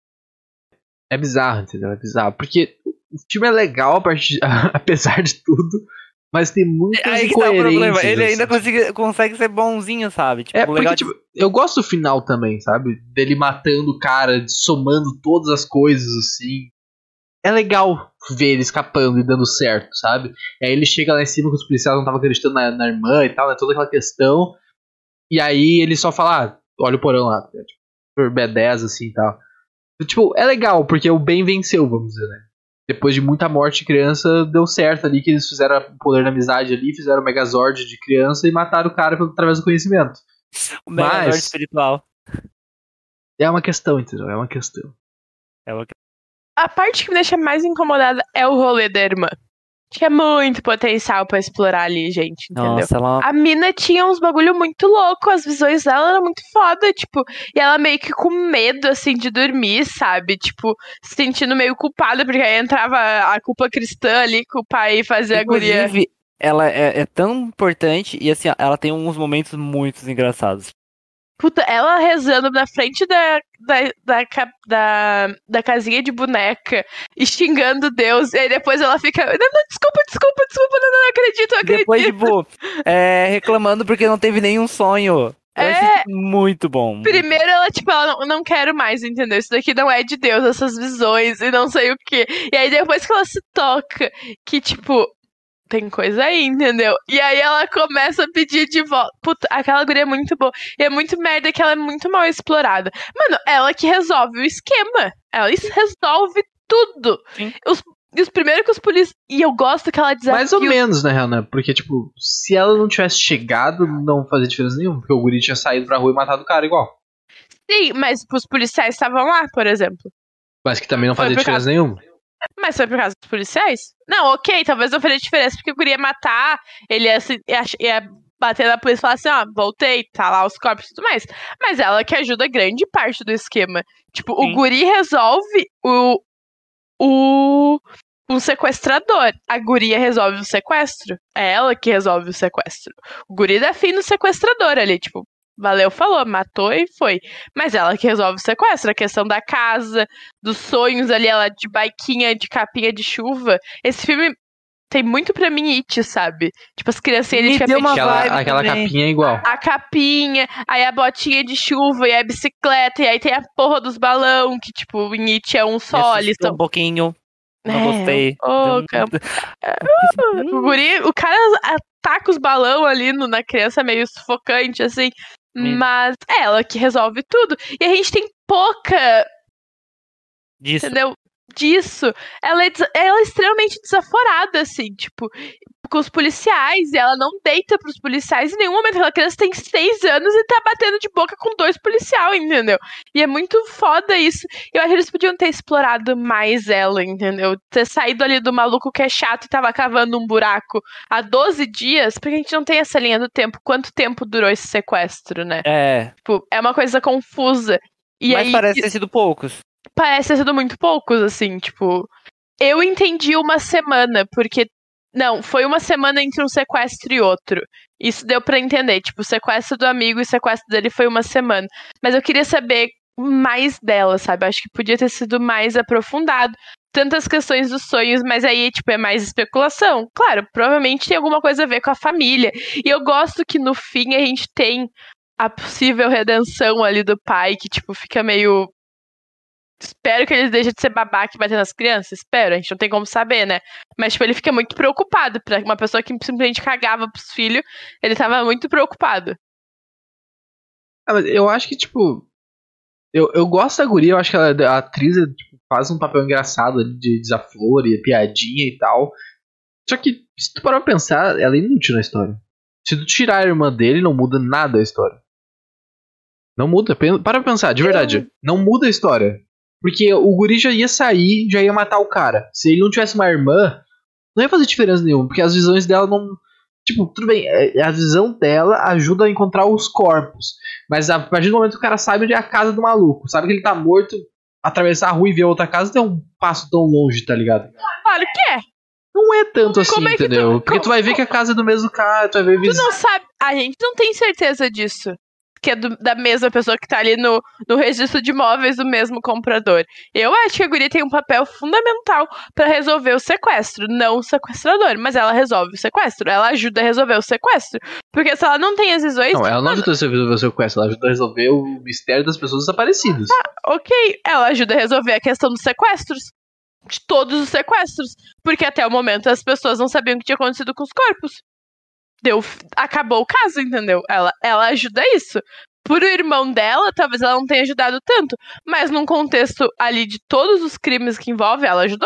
Speaker 1: É bizarro, entendeu? É bizarro. Porque o filme é legal apesar de tudo, mas tem muitas
Speaker 2: Aí que tá o
Speaker 1: incoerências.
Speaker 2: problema. Ele ainda
Speaker 1: assim.
Speaker 2: consegue ser bonzinho, sabe? Tipo,
Speaker 1: Porque,
Speaker 2: legal
Speaker 1: tipo, eu gosto do final também, sabe? Dele matando o cara, somando todas as coisas, assim. É legal ver ele escapando e dando certo, sabe? Aí ele chega lá em cima que os policiais não estavam acreditando na irmã e tal, né? Toda aquela questão. E aí ele só fala, olha o porão lá. Tipo, por B10, assim e tal. Tipo, é legal, porque o bem venceu, vamos dizer, né? Depois de muita morte de criança, deu certo ali, que eles fizeram o poder da amizade ali, fizeram o Megazord de criança e mataram o cara através do conhecimento.
Speaker 2: o Megazord
Speaker 1: mas-
Speaker 2: espiritual.
Speaker 1: É uma questão, entendeu? É uma questão.
Speaker 3: A parte que me deixa mais incomodada é o rolê da irmã. Tinha muito potencial pra explorar ali, gente, entendeu?
Speaker 2: Nossa, ela...
Speaker 3: A mina tinha uns bagulho muito louco, as visões dela eram muito foda, tipo, e ela meio que com medo, assim, de dormir, sabe? Tipo, se sentindo meio culpada, porque aí entrava a culpa cristã ali, que o pai fazia a guria.
Speaker 2: Inclusive, ela é tão importante e assim, ó, ela tem uns momentos muito engraçados.
Speaker 3: Puta, ela rezando na frente da casinha de boneca e xingando Deus, e aí depois ela fica, não, desculpa, não acredito.
Speaker 2: Depois, tipo, reclamando porque não teve nenhum sonho. Eu acho isso muito bom.
Speaker 3: Primeiro ela, tipo, ela não quero mais, entendeu? Isso daqui não é de Deus, essas visões e não sei o quê. E aí depois que ela se toca, que, tipo, tem coisa aí, entendeu? E aí ela começa a pedir de volta. Puta, aquela guria é muito boa. E é muito merda que ela é muito mal explorada. Mano, ela que resolve o esquema. Ela resolve tudo.
Speaker 2: Sim.
Speaker 3: E os primeiros que os policiais... E eu gosto que ela desafia...
Speaker 1: Mais ou menos, na real, né? Porque, tipo, se ela não tivesse chegado, não fazia diferença nenhuma. Porque o guri tinha saído pra rua e matado o cara igual.
Speaker 3: Sim, mas os policiais estavam lá, por exemplo.
Speaker 1: Mas que também não
Speaker 3: Foi
Speaker 1: fazia
Speaker 3: por
Speaker 1: diferença nenhuma.
Speaker 3: Mas foi por causa dos policiais? Não, ok, talvez não faria diferença, porque eu queria matar, ele ia bater na polícia e falar assim, ó, voltei, tá lá os corpos e tudo mais. Mas ela que ajuda grande parte do esquema. Tipo,
Speaker 2: Sim.
Speaker 3: o guri resolve um sequestrador. A guria resolve o sequestro. É ela que resolve o sequestro. O guri dá fim no sequestrador ali, tipo, valeu, falou, matou e foi. Mas ela que resolve o sequestro, a questão da casa, dos sonhos ali, ela de baiquinha, de capinha de chuva. Esse filme tem muito pra mim It, sabe? Tipo, as criancinhas
Speaker 2: Me
Speaker 3: de
Speaker 2: deu uma
Speaker 3: capinha.
Speaker 2: vibe
Speaker 1: Aquela
Speaker 2: também.
Speaker 1: capinha é igual.
Speaker 3: A capinha, aí a botinha de chuva e a bicicleta, e aí tem a porra dos balão, que tipo, em It é um
Speaker 2: Me
Speaker 3: só, eles
Speaker 2: assustou
Speaker 3: estão...
Speaker 2: um pouquinho. Não gostei.
Speaker 3: Ô,
Speaker 2: Deu
Speaker 3: O guri, o cara ataca os balão ali na criança meio sufocante, assim. Mas é ela que resolve tudo. E a gente tem pouca,
Speaker 2: Disso.
Speaker 3: entendeu? Disso. Ela é extremamente desaforada, assim, tipo. com os policiais, e ela não deita pros policiais em nenhum momento. Aquela criança tem 6 anos e tá batendo de boca com 2 policiais, entendeu? E é muito foda isso. Eu acho que eles podiam ter explorado mais ela, entendeu? Ter saído ali do maluco que é chato e tava cavando um buraco há 12 dias, porque a gente não tem essa linha do tempo. Quanto tempo durou esse sequestro, né? Tipo, é uma coisa confusa. E
Speaker 2: Mas
Speaker 3: aí,
Speaker 2: parece ter sido poucos.
Speaker 3: parece ter sido muito poucos, assim, tipo... Eu entendi uma semana, porque... Não, foi uma semana entre um sequestro e outro. Isso deu pra entender. Tipo, o sequestro do amigo e o sequestro dele foi uma semana. Mas eu queria saber mais dela, sabe? Acho que podia ter sido mais aprofundado. Tantas questões dos sonhos, mas aí, tipo, é mais especulação. Claro, provavelmente tem alguma coisa a ver com a família. E eu gosto que no fim a gente tem a possível redenção ali do pai, que, tipo, fica meio... Espero que ele deixe de ser babaca e bater nas crianças. Espero, a gente não tem como saber, né? Mas, tipo, ele fica muito preocupado. Pra uma pessoa que simplesmente cagava pros filhos, ele tava muito preocupado.
Speaker 1: Mas eu acho que, tipo... Eu gosto da guria, eu acho que a atriz tipo, faz um papel engraçado ali de desaforo e piadinha e tal. Só que, se tu parar pra pensar, ela é inútil na história. Se tu tirar a irmã dele, não muda nada a história. Não muda. Para pra pensar, de verdade. Não muda a história. Porque o guri já ia sair, já ia matar o cara. Se ele não tivesse uma irmã, não ia fazer diferença nenhuma. Porque as visões dela não... Tipo, tudo bem, a visão dela ajuda a encontrar os corpos. Mas a partir do momento que o cara sabe onde é a casa do maluco, sabe que ele tá morto, atravessar a rua e ver outra casa não é um passo tão longe, tá ligado?
Speaker 3: Claro que é.
Speaker 1: Não é tanto assim,
Speaker 3: Como é que
Speaker 1: entendeu? Porque tu vai ver que a casa é do mesmo cara, tu vai ver...
Speaker 3: Tu não sabe... A gente não tem certeza disso. Que é da mesma pessoa que tá ali no registro de imóveis do mesmo comprador. Eu acho que a guria tem um papel fundamental pra resolver o sequestro, não o sequestrador, mas ela resolve o sequestro, ela ajuda a resolver o sequestro, porque se ela não tem as visões...
Speaker 1: Não, ela não ajuda a resolver o sequestro, ela ajuda a resolver o mistério das pessoas desaparecidas.
Speaker 3: Ok, ela ajuda a resolver a questão dos sequestros, de todos os sequestros, porque até o momento as pessoas não sabiam o que tinha acontecido com os corpos. Acabou o caso, entendeu? Ela ajuda isso. Pro irmão dela, talvez ela não tenha ajudado tanto, mas num contexto ali de todos os crimes que envolve, ela ajudou.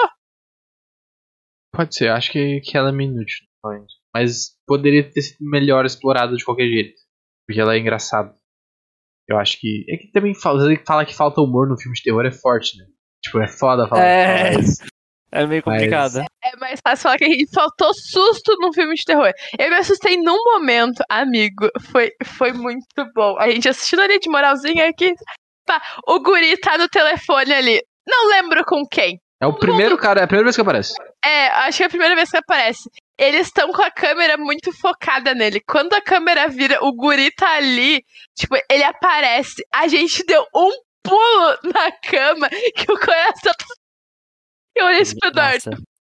Speaker 1: Pode ser, acho que ela é meio inútil. Mas poderia ter sido melhor explorado de qualquer jeito. Porque ela é engraçada. Eu acho que... É que também fala que falta humor no filme de terror é forte, né? Tipo, é foda falar isso.
Speaker 2: É meio complicado.
Speaker 3: É mais fácil falar que a gente faltou susto num filme de terror. Eu me assustei num momento, amigo. Foi muito bom. A gente assistindo ali de moralzinha aqui. Pá, o guri tá no telefone ali. Não lembro com quem.
Speaker 1: É o primeiro cara, é a primeira vez que aparece.
Speaker 3: É, acho que é a primeira vez que aparece. Eles estão com a câmera muito focada nele. Quando a câmera vira, o guri tá ali. Tipo, ele aparece. A gente deu um pulo na cama que o coração... Eu olhei pro Eduardo.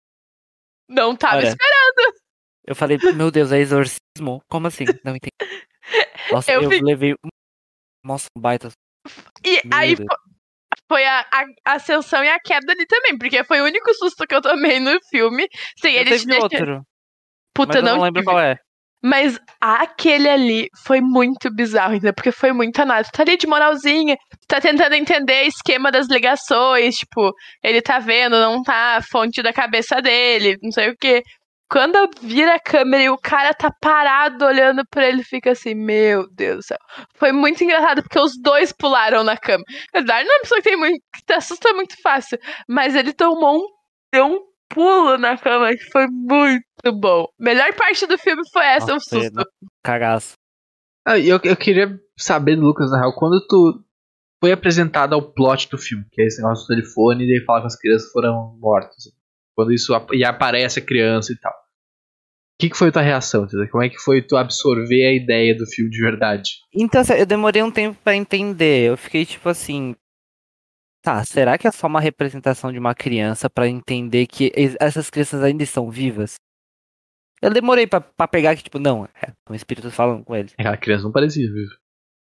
Speaker 3: Não tava esperando.
Speaker 2: Eu falei, meu Deus, é exorcismo? Como assim? Não entendi. Nossa, eu levei... Nossa, um baita...
Speaker 3: E
Speaker 2: meu
Speaker 3: aí
Speaker 2: Deus.
Speaker 3: foi a ascensão e a queda ali também, porque foi o único susto que eu tomei no filme. Sem ele te deixar...
Speaker 2: outro.
Speaker 3: Puta,
Speaker 2: mas eu não lembro qual é.
Speaker 3: Mas aquele ali foi muito bizarro ainda, porque foi muito análise. Tá ali de moralzinha, tá tentando entender o esquema das ligações, tipo, ele tá vendo, não tá a fonte da cabeça dele, não sei o quê. Quando vira a câmera e o cara tá parado olhando pra ele, fica assim, meu Deus do céu. Foi muito engraçado, porque os dois pularam na cama. Eduardo não é uma pessoa que te assusta muito fácil, mas ele tomou um pulo na cama, que foi muito bom. Melhor parte do filme foi essa,
Speaker 2: Nossa,
Speaker 3: um susto.
Speaker 2: Cagaço.
Speaker 1: Eu queria saber, Lucas, na real, quando tu foi apresentado ao plot do filme, que é esse negócio do telefone e daí fala que as crianças foram mortas. Quando isso e aparece a criança e tal. O que foi a tua reação? Entendeu? Como é que foi tu absorver a ideia do filme de verdade?
Speaker 2: Então, eu demorei um tempo pra entender. Eu fiquei tipo assim... Tá, será que é só uma representação de uma criança pra entender que essas crianças ainda estão vivas? Eu demorei pra pegar que, tipo, não, é um espírito falando com eles.
Speaker 1: Aquela criança não parecia viva.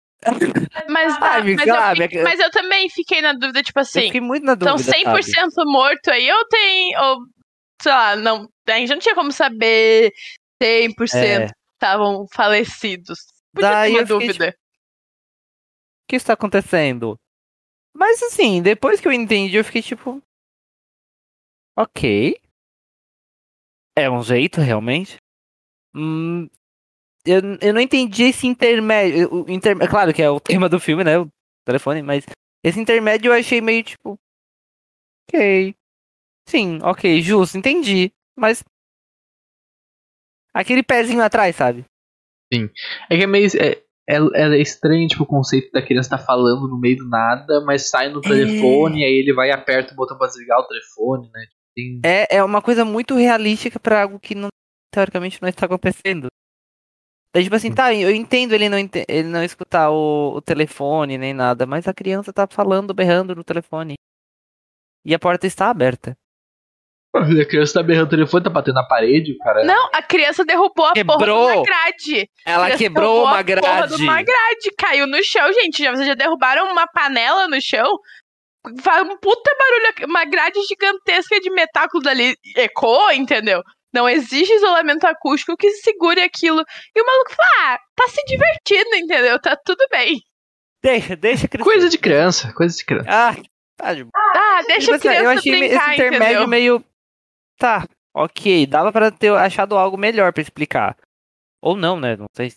Speaker 3: Mas eu também fiquei na dúvida, tipo assim...
Speaker 2: Eu fiquei muito na dúvida,
Speaker 3: Então 100% morto aí, ou tem... Ou, sei lá, não... A gente não tinha como saber 100% estavam falecidos. Podia
Speaker 2: Daí
Speaker 3: ter uma
Speaker 2: eu fiquei,
Speaker 3: dúvida.
Speaker 2: Tipo, o que está acontecendo? Mas assim, depois que eu entendi, eu fiquei tipo... Ok. É um jeito, realmente. Eu não entendi esse intermédio. Claro que é o tema do filme, né? O telefone, mas esse intermédio eu achei meio tipo. Ok. Sim, ok, justo, entendi. Mas. Aquele pezinho atrás, sabe?
Speaker 1: É que é meio. É estranho, tipo, o conceito da criança tá falando no meio do nada, mas sai no telefone, aí ele vai e aperta o botão pra desligar o telefone, né?
Speaker 2: É uma coisa muito realística pra algo que não, teoricamente não está acontecendo. Daí, tipo assim, tá, eu entendo ele não escutar o telefone nem nada, mas a criança tá falando, berrando no telefone. E a porta está aberta.
Speaker 1: A criança tá berrando o telefone, tá batendo na parede, cara.
Speaker 3: Não, a criança derrubou a porra de uma grade.
Speaker 2: Ela quebrou uma grade.
Speaker 3: Porra de uma grade, caiu no chão, gente. Vocês já derrubaram uma panela no chão? Faz um puta barulho, uma grade gigantesca de metáculos ali. Ecoa, entendeu? Não existe isolamento acústico que segure aquilo. E o maluco fala, tá se divertindo, entendeu? Tá tudo bem.
Speaker 2: Deixa a criança.
Speaker 1: Coisa de criança.
Speaker 2: Ah, tá de boa.
Speaker 3: Ah, deixa a criança
Speaker 2: eu achei
Speaker 3: brincar,
Speaker 2: esse intermédio
Speaker 3: entendeu?
Speaker 2: meio... Tá, ok, dava pra ter achado algo melhor pra explicar. Ou não, né? Não sei.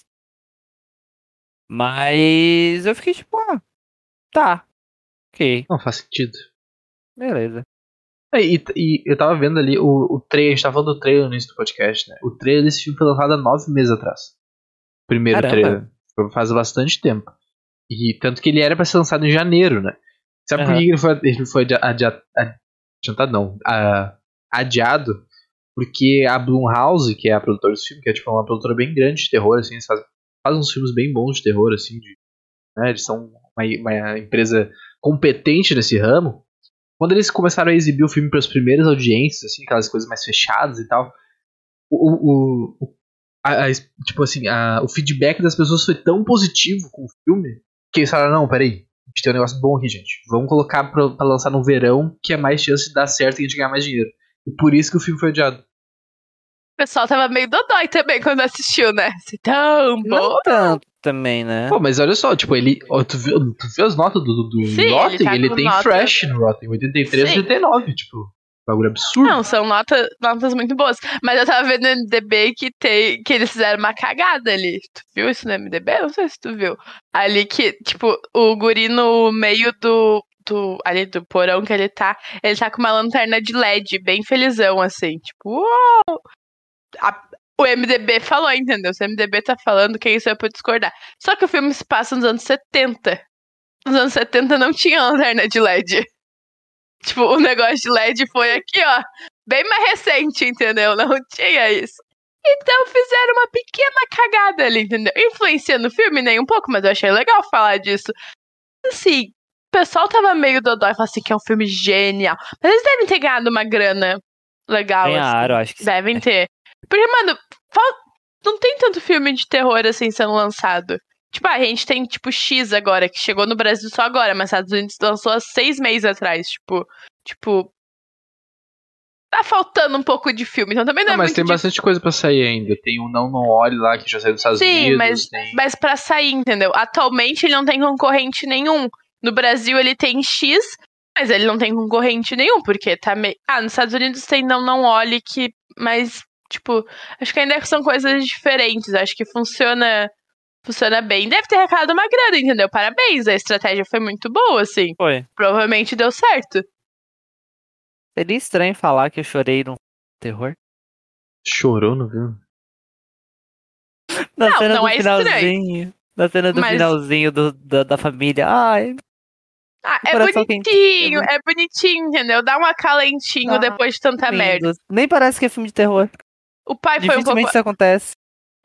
Speaker 2: Mas eu fiquei tipo, tá, ok,
Speaker 1: Não faz sentido.
Speaker 2: beleza.
Speaker 1: E eu tava vendo ali o trailer, a gente tava falando do trailer no início do podcast, né? O trailer desse filme foi lançado há 9 meses atrás. O primeiro
Speaker 2: Caramba.
Speaker 1: trailer. Faz bastante tempo. E tanto que ele era pra ser lançado em janeiro, né? Sabe por que ele foi adiado? Porque a Blumhouse, que é a produtora desse filme, que é tipo uma produtora bem grande de terror, assim, eles fazem uns filmes bem bons de terror, assim, né? Eles são uma empresa competente nesse ramo. Quando eles começaram a exibir o filme para as primeiras audiências, assim, aquelas coisas mais fechadas e tal, tipo assim, o feedback das pessoas foi tão positivo com o filme que eles falaram, não, peraí, a gente tem um negócio bom aqui, gente. Vamos colocar pra lançar no verão, que é mais chance de dar certo e a gente ganhar mais dinheiro. E por isso que o filme foi adiado.
Speaker 3: O pessoal tava meio dodói também quando assistiu, né? Assim, tão bom.
Speaker 2: Não tanto também, né?
Speaker 1: Pô, mas olha só, tipo, tu viu as notas do
Speaker 3: Sim,
Speaker 1: Rotten?
Speaker 3: ele
Speaker 1: Ele
Speaker 3: tá
Speaker 1: tem
Speaker 3: com nota.
Speaker 1: Fresh no Rotten, 83 e 89, tipo, bagulho absurdo.
Speaker 3: Não, são notas muito boas. Mas eu tava vendo no MDB que eles fizeram uma cagada ali. Tu viu isso no MDB? Não sei se tu viu. Ali que, tipo, o guri no meio ali do porão que ele tá com uma lanterna de LED, bem felizão, assim. Tipo, uou! O MDB falou, entendeu? Se o MDB tá falando, quem sou eu pra discordar? Só que o filme se passa nos anos 70. Nos anos 70 não tinha lanterna de LED. Tipo, o negócio de LED foi aqui, ó. Bem mais recente, entendeu? Não tinha isso. Então fizeram uma pequena cagada ali, entendeu? Influenciando o filme nem um pouco, mas eu achei legal falar disso. Assim, o pessoal tava meio dodói e falou assim que é um filme genial. Mas eles devem ter ganhado uma grana legal,
Speaker 2: Ganharam,
Speaker 3: assim.
Speaker 2: acho que
Speaker 3: Devem ter. Porque, mano, não tem tanto filme de terror assim sendo lançado. Tipo, a gente tem, tipo, X agora, que chegou no Brasil só agora, mas Estados Unidos lançou há 6 meses atrás. Tipo, tá faltando um pouco de filme, então também não é
Speaker 1: mas
Speaker 3: muito
Speaker 1: tem bastante coisa pra sair ainda. Tem o Não Olhe lá, que já saiu dos Estados Unidos.
Speaker 3: Mas pra sair, entendeu? Atualmente ele não tem concorrente nenhum. No Brasil ele tem X, mas ele não tem concorrente nenhum, porque tá meio... nos Estados Unidos tem Não Olhe, mas, tipo, acho que ainda são coisas diferentes. Acho que funciona bem. Deve ter arrecadado uma grana, entendeu? Parabéns, a estratégia foi muito boa, assim.
Speaker 2: Foi.
Speaker 3: Provavelmente deu certo.
Speaker 2: Seria estranho falar que eu chorei no terror.
Speaker 1: Chorou, não viu?
Speaker 2: Na cena
Speaker 3: não
Speaker 2: do
Speaker 3: é
Speaker 2: finalzinho. Na cena do finalzinho da família. Ai.
Speaker 3: É bonitinho, é bonitinho, entendeu? Dá um acalentinho depois de tanta merda.
Speaker 2: Nem parece que é filme de terror.
Speaker 3: O pai foi um pouco...
Speaker 2: isso acontece.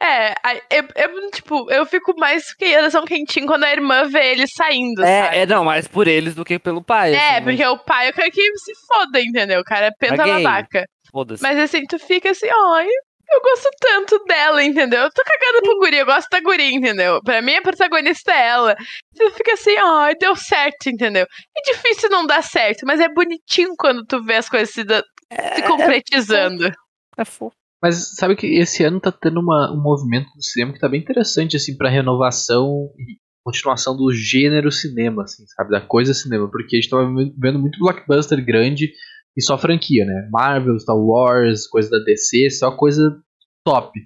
Speaker 3: Eu fico mais coração quentinho quando a irmã vê ele saindo, sabe?
Speaker 2: Não, mais por eles do que pelo pai.
Speaker 3: Assim, porque o pai eu quero que se foda, entendeu? O cara é penta babaca.
Speaker 2: Foda-se.
Speaker 3: Mas assim, tu fica assim, eu gosto tanto dela, entendeu? Eu tô cagando pro guri, eu gosto da guri, entendeu? Pra mim, a protagonista é ela. Tu fica assim, deu certo, entendeu? É difícil não dar certo, mas é bonitinho quando tu vê as coisas se concretizando.
Speaker 2: É fofo.
Speaker 1: Mas sabe que esse ano tá tendo um movimento do cinema que tá bem interessante, assim, pra renovação e continuação do gênero cinema, assim, sabe? Da coisa cinema. Porque a gente tava vendo muito blockbuster grande e só franquia, né? Marvel, Star Wars, coisa da DC, só coisa top.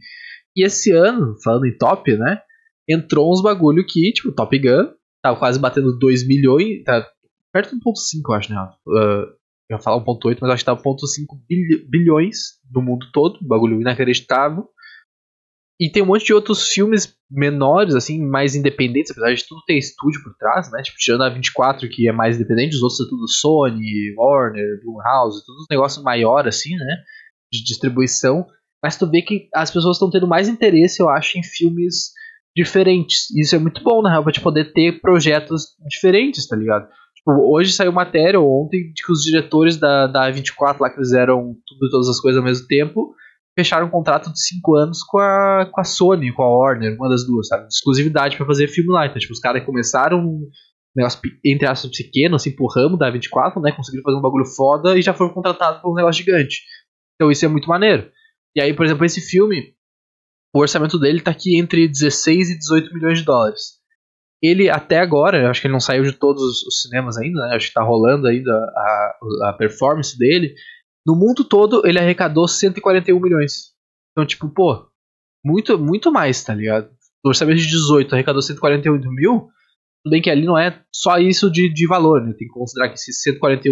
Speaker 1: E esse ano, falando em top, né? Entrou uns bagulho que, tipo, Top Gun, tava quase batendo 2 milhões, tá perto do 1.5, eu acho, né? Eu ia falar 1.8, mas eu acho que tava 1.5 bilhões no mundo todo, bagulho inacreditável. E tem um monte de outros filmes menores, assim, mais independentes, apesar de tudo ter estúdio por trás, né? Tipo, tirando a 24, que é mais independente, os outros são tudo Sony, Warner, Blumhouse, todos os negócios maiores, assim, né? De distribuição. Mas tu vê que as pessoas estão tendo mais interesse, eu acho, em filmes diferentes. E isso é muito bom, na real, pra te poder ter projetos diferentes, tá ligado? Tipo, hoje saiu matéria, ou ontem, de que os diretores da 24 lá que fizeram todas as coisas ao mesmo tempo, fecharam um contrato de 5 anos com a Sony, com a Warner, uma das duas, sabe? Exclusividade pra fazer filme lá. Então, tipo, os caras começaram um negócio, entre aspas, pequeno, assim, pro ramo da 24, né? Conseguiram fazer um bagulho foda e já foram contratados por um negócio gigante. Então isso é muito maneiro. E aí, por exemplo, esse filme, o orçamento dele tá aqui entre 16 e 18 milhões de dólares. Ele, até agora, eu acho que ele não saiu de todos os cinemas ainda, né? Acho que tá rolando ainda a performance dele. No mundo todo, ele arrecadou 141 milhões. Então, tipo, pô, muito, muito mais, tá ligado? O orçamento de 18 arrecadou 148 mil. Tudo bem que ali não é só isso de valor, né? Tem que considerar que esses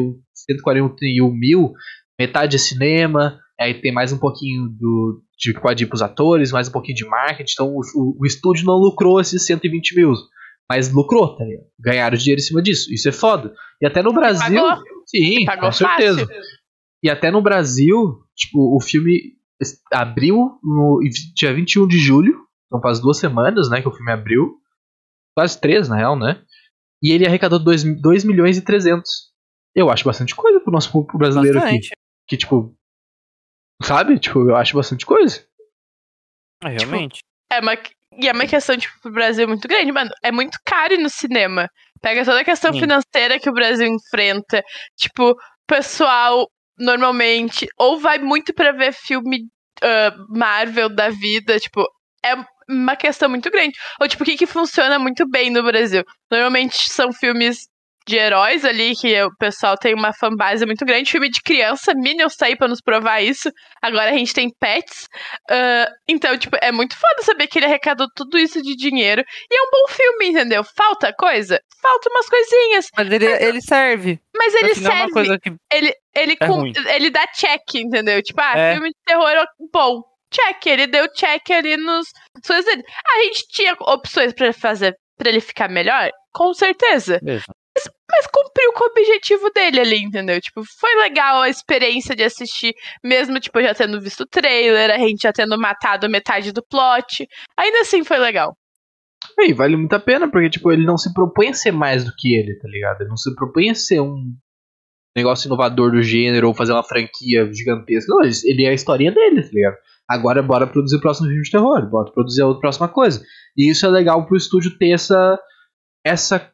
Speaker 1: 141 mil, metade é cinema, aí tem mais um pouquinho de pode ir pros atores, mais um pouquinho de marketing. Então o estúdio não lucrou esses 120 mil, mas lucrou, tá ligado? Ganharam dinheiro em cima disso. Isso é foda. E até no Brasil.
Speaker 3: Pagou.
Speaker 1: Sim,
Speaker 3: Pagou
Speaker 1: com certeza.
Speaker 3: fácil.
Speaker 1: E até no Brasil, tipo, o filme abriu no dia 21 de julho. Então faz 2 semanas, né, que o filme abriu. Quase 3, na real, né? E ele arrecadou 2 milhões e 300. Eu acho bastante coisa pro nosso público brasileiro
Speaker 2: Bastante.
Speaker 1: aqui. Que, tipo, sabe? Tipo, eu acho bastante coisa.
Speaker 2: Realmente.
Speaker 3: E é uma questão, tipo, pro Brasil muito grande, mano. É muito caro ir no cinema. Pega toda a questão
Speaker 2: Sim.
Speaker 3: financeira que o Brasil enfrenta. Tipo, o pessoal normalmente ou vai muito pra ver filme Marvel da vida, tipo, é uma questão muito grande. Ou, tipo, o que funciona muito bem no Brasil? Normalmente são filmes de heróis ali, que o pessoal tem uma fanbase muito grande. Filme de criança, Minions tá aí pra nos provar isso. Agora a gente tem Pets. Então, tipo, é muito foda saber que ele arrecadou tudo isso de dinheiro. E é um bom filme, entendeu? Falta coisa? Falta umas coisinhas.
Speaker 2: Mas ele serve.
Speaker 3: Mas ele
Speaker 2: Assim, não é uma
Speaker 3: serve.
Speaker 2: coisa que ruim.
Speaker 3: Ele dá check, entendeu? Tipo,
Speaker 2: É.
Speaker 3: filme de terror bom. Check. Ele deu check ali nos coisas dele. A gente tinha opções pra fazer pra ele ficar melhor? Com certeza.
Speaker 2: Mesmo.
Speaker 3: Mas cumpriu com o objetivo dele ali, entendeu? Tipo, foi legal a experiência de assistir, mesmo, tipo, já tendo visto o trailer, a gente já tendo matado metade do plot. Ainda assim foi legal.
Speaker 1: E vale muito a pena, porque, tipo, ele não se propõe a ser mais do que ele, tá ligado? Ele não se propõe a ser um negócio inovador do gênero ou fazer uma franquia gigantesca. Não, ele é a historinha dele, tá ligado? Agora bora produzir o próximo filme de terror, bora produzir a próxima coisa. E isso é legal pro estúdio ter essa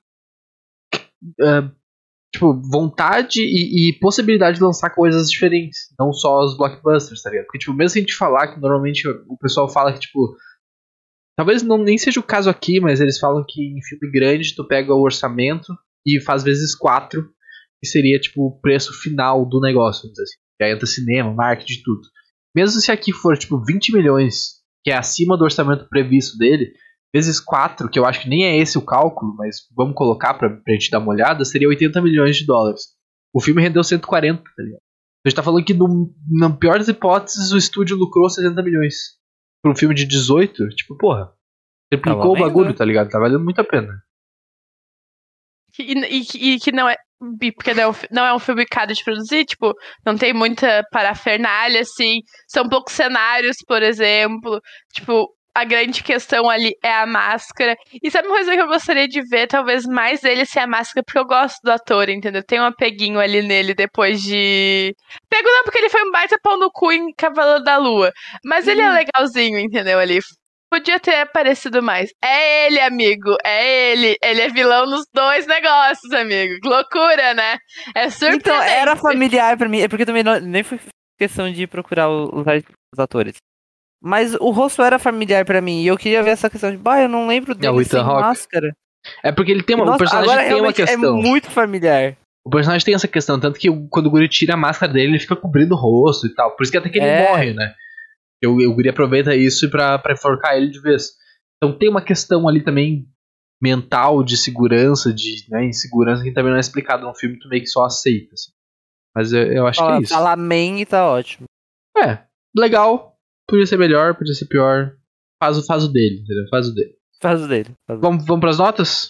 Speaker 1: tipo, vontade e possibilidade de lançar coisas diferentes, não só os blockbusters, tá ligado? Porque, tipo, mesmo se a gente falar que normalmente o pessoal fala que, tipo, talvez nem seja o caso aqui, mas eles falam que em filme grande tu pega o orçamento e faz vezes 4, que seria, tipo, o preço final do negócio, vamos dizer assim. Já entra cinema, marketing, tudo. Mesmo se aqui for, tipo, 20 milhões, que é acima do orçamento previsto dele, vezes 4, que eu acho que nem é esse o cálculo, mas vamos colocar pra gente dar uma olhada, seria 80 milhões de dólares. O filme rendeu 140, tá ligado? A gente tá falando que, na pior das hipóteses, o estúdio lucrou 60 milhões. Por um filme de 18, tipo, porra, triplicou o bagulho, tá ligado? Tá valendo muito a pena.
Speaker 3: E que não é. Porque não é um filme caro de produzir, tipo, não tem muita parafernália, assim. São poucos cenários, por exemplo. Tipo, a grande questão ali é a máscara. E sabe uma coisa que eu gostaria de ver, talvez mais dele ser a máscara, porque eu gosto do ator, entendeu? Tem um apeguinho ali nele depois de. Pego não, porque ele foi um baita pau no cu em Cavaleiro da Lua. Mas ele é legalzinho, entendeu? Ali. Podia ter aparecido mais. É ele, amigo. É ele. Ele é vilão nos 2 negócios, amigo. Que loucura, né? É surpreendente.
Speaker 2: Então, era familiar pra mim. É porque também nem foi questão de procurar os atores. Mas o rosto era familiar pra mim. E eu queria ver essa questão de, eu não lembro dele sem máscara.
Speaker 1: É porque ele tem o personagem
Speaker 2: agora
Speaker 1: tem uma questão.
Speaker 2: É muito familiar.
Speaker 1: O personagem tem essa questão, tanto que quando o guri tira a máscara dele, ele fica cobrindo o rosto e tal. Por isso que até que ele morre, né? O guri aproveita isso pra enforcar ele de vez. Então tem uma questão ali também mental, de segurança, de insegurança, que também não é explicado no filme, tu meio que só aceita, assim. Mas eu acho que é isso.
Speaker 2: Fala amém e tá ótimo.
Speaker 1: Legal. Podia ser melhor, podia ser pior. Faz o dele, entendeu? Faz o dele.
Speaker 2: Faz o dele.
Speaker 1: Vamos pras notas?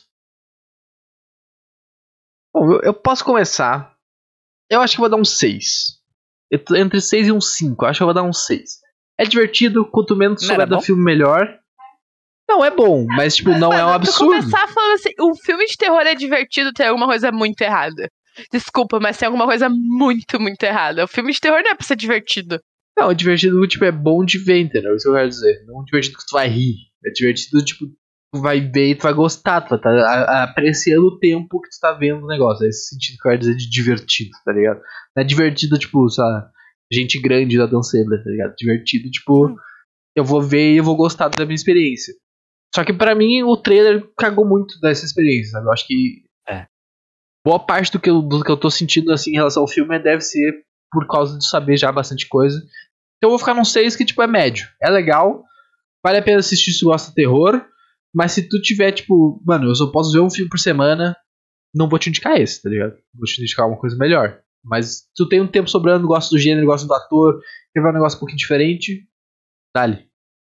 Speaker 1: Bom, eu posso começar. Eu acho que eu vou dar um 6. Entre 6 e um 5. Eu acho que eu vou dar um 6. É divertido, quanto menos souber do filme, melhor. Não, é bom, mas tipo, não é um absurdo.
Speaker 3: Começar falando assim, o filme de terror é divertido, tem alguma coisa muito errada. Desculpa, mas tem alguma coisa muito, muito errada. O filme de terror não é pra ser divertido.
Speaker 1: Não, é divertido, tipo, é bom de ver, entendeu? Isso que eu quero dizer. Não é divertido que tu vai rir. É divertido, tipo, tu vai ver e tu vai gostar, tu vai estar apreciando o tempo que tu tá vendo o negócio. É esse sentido que eu quero dizer de divertido, tá ligado? Não é divertido, tipo, sabe, gente grande da Dan Sandler, tá ligado? Divertido, tipo, eu vou ver e eu vou gostar da minha experiência. Só que pra mim o trailer cagou muito dessa experiência, sabe? Eu acho que boa parte do que eu tô sentindo assim em relação ao filme deve ser por causa de saber já bastante coisa. Então eu vou ficar num 6 que tipo é médio. É legal, vale a pena assistir se tu gosta de terror, mas se tu tiver tipo, mano, eu só posso ver um filme por semana, não vou te indicar esse, tá ligado? Vou te indicar uma coisa melhor. Mas se tu tem um tempo sobrando, gosta do gênero, gosta do ator, quer ver um negócio um pouquinho diferente, dale.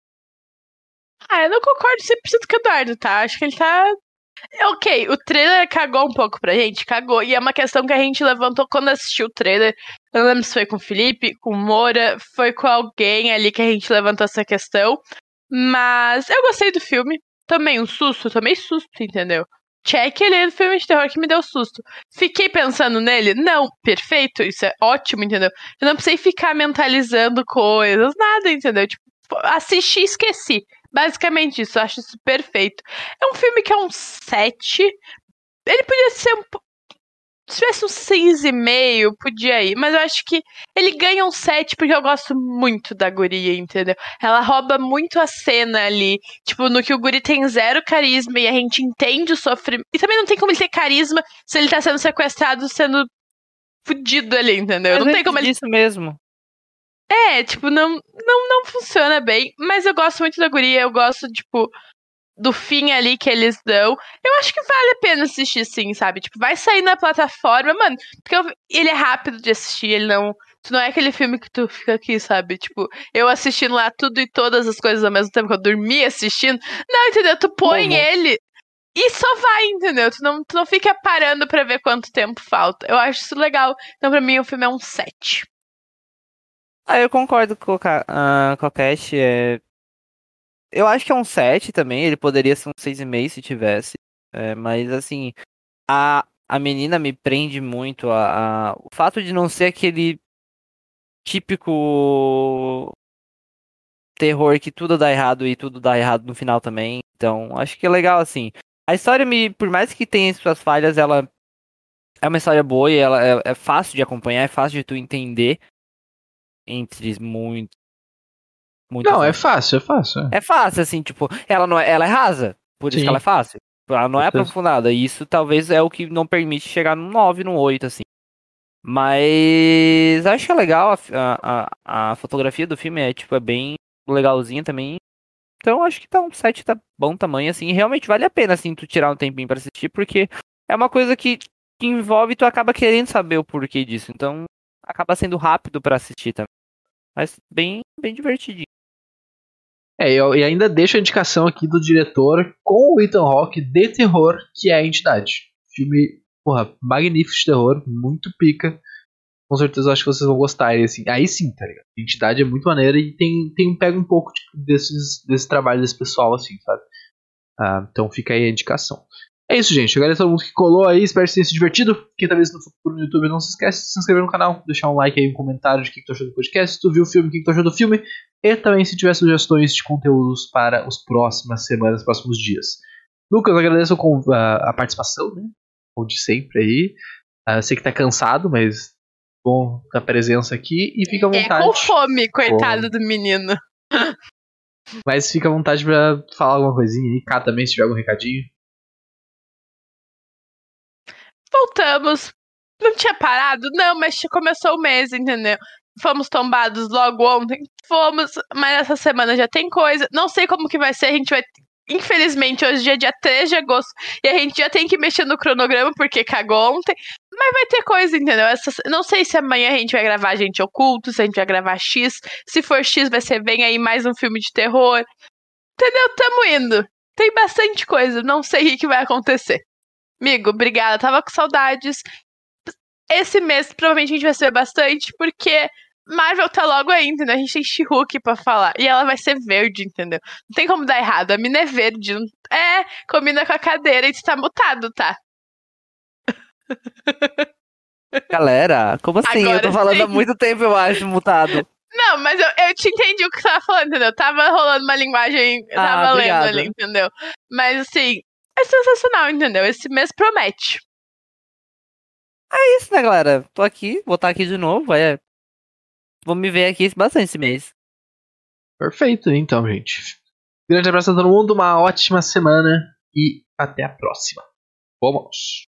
Speaker 3: Eu não concordo 100% com o Eduardo, tá? Acho que ele tá... Ok, o trailer cagou um pouco pra gente, cagou. E é uma questão que a gente levantou quando assistiu o trailer. Eu não lembro se foi com o Felipe, com o Moura, foi com alguém ali que a gente levantou essa questão. Mas eu gostei do filme. Tomei um susto, tomei susto, entendeu? Check ele do filme de terror que me deu susto. Fiquei pensando nele? Não, perfeito, isso é ótimo, entendeu? Eu não precisei ficar mentalizando coisas, nada, entendeu? Tipo, assisti e esqueci. Basicamente isso, eu acho isso perfeito. É um filme que é um 7. Ele podia ser se tivesse um 6,5, podia ir. Mas eu acho que ele ganha um 7 porque eu gosto muito da guria, entendeu? Ela rouba muito a cena ali. Tipo, no que o guri tem zero carisma e a gente entende o sofrimento. E também não tem como ele ter carisma se ele tá sendo sequestrado, sendo fudido ali, entendeu?
Speaker 2: Mas
Speaker 3: não tem como ele...
Speaker 2: Isso mesmo.
Speaker 3: Tipo, não funciona bem. Mas eu gosto muito da guria, eu gosto, tipo... do fim ali que eles dão, eu acho que vale a pena assistir sim, sabe? Tipo, vai sair na plataforma, mano, porque ele é rápido de assistir, ele não... Tu não é aquele filme que tu fica aqui, sabe? Tipo, eu assistindo lá tudo e todas as coisas ao mesmo tempo que eu dormi assistindo. Não, entendeu? Tu põe ele e só vai, entendeu? Tu não fica parando pra ver quanto tempo falta. Eu acho isso legal. Então, pra mim, o filme é um 7.
Speaker 2: Eu concordo com a Cash. Eu acho que é um 7 também, ele poderia ser um 6,5 se tivesse. Mas assim, a menina me prende muito. O fato de não ser aquele típico terror que tudo dá errado e tudo dá errado no final também. Então, acho que é legal assim. A história, por mais que tenha suas falhas, ela é uma história boa e ela é fácil de acompanhar, é fácil de tu entender. Entre muito.
Speaker 1: Não, é fácil.
Speaker 2: É fácil, assim, tipo, ela é rasa, por isso que ela é fácil. Ela não é aprofundada, e isso talvez é o que não permite chegar no 9, no 8, assim. Mas acho que é legal, a fotografia do filme é bem legalzinha também. Então acho que tá um 7, tá bom tamanho, assim, e realmente vale a pena, assim, tu tirar um tempinho pra assistir, porque é uma coisa que envolve e tu acaba querendo saber o porquê disso. Então acaba sendo rápido pra assistir também. Mas bem, bem divertidinho.
Speaker 1: E ainda deixo a indicação aqui do diretor com o Ethan Hawke de terror, que é A Entidade. Filme, magnífico de terror, muito pica. Com certeza acho que vocês vão gostar. Assim, aí sim, tá ligado? A Entidade é muito maneira e pega um pouco desse trabalho desse pessoal, assim, sabe? Então fica aí a indicação. É isso, gente. Agradeço a todo mundo que colou aí. Espero que tenha se divertido. Quem tá vendo no YouTube, não se esquece de se inscrever no canal. Deixar um like aí, um comentário de o que tu achou do podcast. Se tu viu o filme, o que tu achou do filme. E também se tiver sugestões de conteúdos para as próximas semanas, próximos dias. Lucas, agradeço a participação, né? Como de sempre aí. Sei que tá cansado, mas bom a presença aqui. E fica à vontade.
Speaker 3: Com fome, coitado do menino.
Speaker 1: Mas fica à vontade pra falar alguma coisinha aí. Cá também, se tiver algum recadinho.
Speaker 3: Voltamos. Não tinha parado? Não, mas começou o mês, entendeu? Fomos tombados logo ontem? Fomos, mas essa semana já tem coisa. Não sei como que vai ser, a gente vai... Infelizmente, hoje é dia 3 de agosto e a gente já tem que mexer no cronograma porque cagou ontem. Mas vai ter coisa, entendeu? Não sei se amanhã a gente vai gravar Agente Oculto, se a gente vai gravar X. Se for X, vai ser Vem Aí mais um filme de terror. Entendeu? Tamo indo. Tem bastante coisa, não sei o que vai acontecer. Amigo, obrigada. Tava com saudades. Esse mês provavelmente a gente vai saber bastante, porque Marvel tá logo aí, entendeu? A gente tem She-Hulk pra falar. E ela vai ser verde, entendeu? Não tem como dar errado. A mina é verde. Combina com a cadeira e tu tá mutado, tá?
Speaker 2: Galera, como assim?
Speaker 3: Agora
Speaker 2: eu tô falando
Speaker 3: sim.
Speaker 2: há muito tempo, eu acho, mutado.
Speaker 3: Não, mas eu te entendi o que você tava falando, entendeu? Tava rolando uma linguagem, tava lendo
Speaker 2: obrigado.
Speaker 3: ali, entendeu? Mas assim, é sensacional, entendeu? Esse mês promete.
Speaker 2: É isso, né, galera? Tô aqui, vou estar aqui de novo. Vou me ver aqui bastante esse mês.
Speaker 1: Perfeito, então, gente. Grande abraço a todo mundo, uma ótima semana e até a próxima. Vamos!